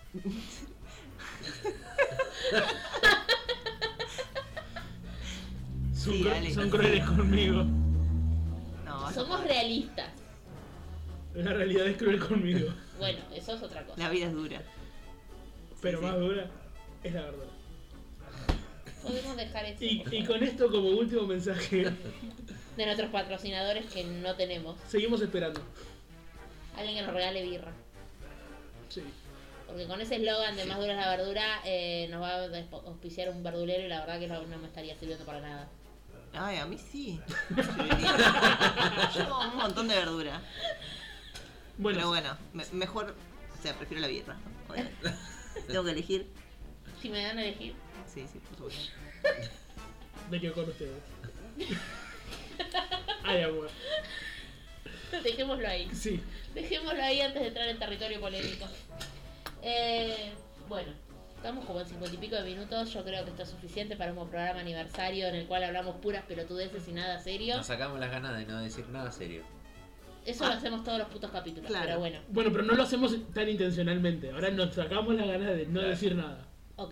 Son, Sí, cru- Ale. son crueles conmigo. No, vas a Somos poder. realistas. La realidad es cruel conmigo. Bueno, eso es otra cosa. La vida es dura. Pero sí. más dura es la verdad. Podemos dejar eso Y, por y favor. con esto como último mensaje, de nuestros patrocinadores que no tenemos. seguimos esperando. Alguien que nos regale birra. Sí. Porque con ese eslogan de más dura es la verdura, eh, nos va a despo- auspiciar un verdulero y la verdad que no, no me estaría sirviendo para nada. Ay, a mí sí. Yo como un montón de verdura. Bueno, Pero bueno, me- mejor. O sea, prefiero la birra. obviamente. Tengo que elegir. Si me dan a elegir. Sí, sí, por supuesto. Me quedo con ustedes. Ay, amor. Dejémoslo ahí. Sí. Dejémoslo ahí antes de entrar en territorio polémico. Eh, bueno, estamos como en cincuenta y pico de minutos. Yo creo que esto es suficiente para un programa aniversario en el cual hablamos puras pelotudeces y nada serio. Nos sacamos las ganas de no decir nada serio. Eso Ah. lo hacemos todos los putos capítulos, Claro. pero bueno. Bueno, pero no lo hacemos tan intencionalmente. Ahora nos sacamos la ganas de no Claro. decir nada. Ok.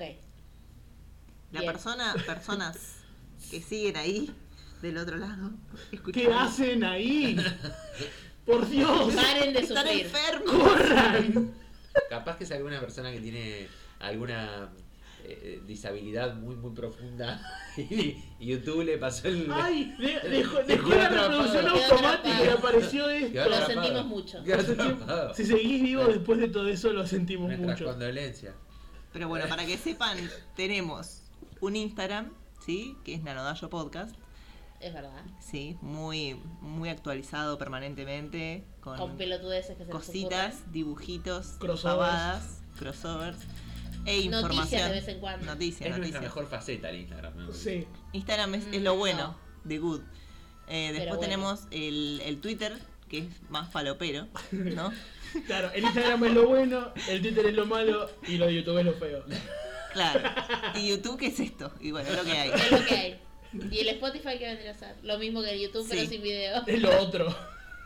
La Bien. persona, personas que siguen ahí, del otro lado, ¿Qué escuchando. hacen ahí? ¡Por Dios! Paren de Están sufrir. enfermos. ¡Corran! Capaz que es alguna persona que tiene alguna eh, disabilidad muy muy profunda y, y YouTube le pasó el... ¡Ay! de- dejó, Se dejó quedó la atrapado. reproducción Quedó automática y atrapado. apareció Quedó esto. Lo atrapado. sentimos mucho. Quedó atrapado. Si seguís vivo después de todo eso, lo sentimos Nuestras mucho. condolencias. Pero bueno, para que sepan, tenemos un Instagram, ¿sí? Que es Nanodayo Podcast. Es verdad. Sí, muy, muy actualizado permanentemente. Con, Con pelotudeces que se nos cositas, ocurren. dibujitos, Crossovers. pavadas, crossovers e Noticias información. de vez en cuando. Noticias, Es nuestra noticias. mejor faceta el Instagram. me parece. Sí. Instagram es, es Mm, lo no. bueno, de good. Eh, Pero después bueno. tenemos el, el Twitter, que es más falopero, ¿no? Claro, el Instagram es lo bueno, el Twitter es lo malo y lo de YouTube es lo feo. Claro. ¿Y YouTube qué es esto? Y bueno, es lo que hay. Es lo que hay. Y el Spotify que vendría a ser. Lo mismo que el YouTube, pero Sí. sin video. Es lo otro.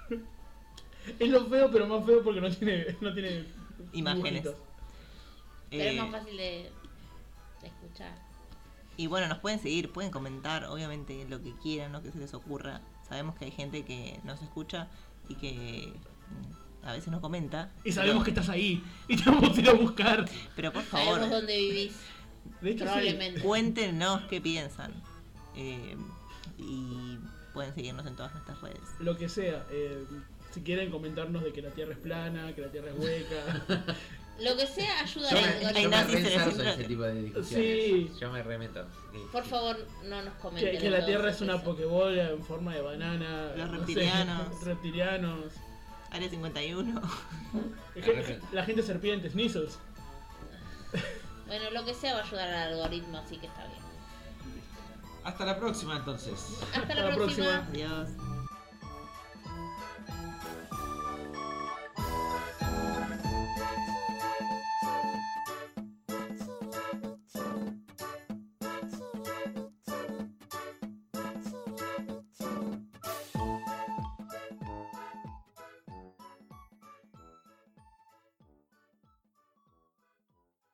Es lo feo, pero más feo porque no tiene, no tiene Imágenes. dibujitos. Pero es Eh, más fácil de, de escuchar. Y bueno, nos pueden seguir, pueden comentar, obviamente, lo que quieran, lo que se les ocurra. Sabemos que hay gente que nos escucha y que mm, a veces no comenta. Y sabemos que pero, estás ahí y te vamos a ir a buscar. pero por Sabemos favor, dónde vivís. De hecho, sí. Probablemente. cuéntenos qué piensan. Eh, y pueden seguirnos en todas nuestras redes. Lo que sea. eh, si quieren comentarnos de que la Tierra es plana, que la Tierra es hueca. Lo que sea ayuda Yo al me, Hay yo algoritmo. me nazis en el reensalzo en centro. ese tipo de discusiones. Sí. Yo me remeto. Por favor, no nos comenten. Que, que la Tierra entonces es una eso. pokebola en forma de banana. Los no sé, reptilianos. reptilianos. Área cincuenta y uno. Ge- La gente serpiente, Snizzles. Bueno, lo que sea va a ayudar al algoritmo, así que está bien. Hasta la próxima entonces. Hasta la Hasta la próxima. próxima. Adiós.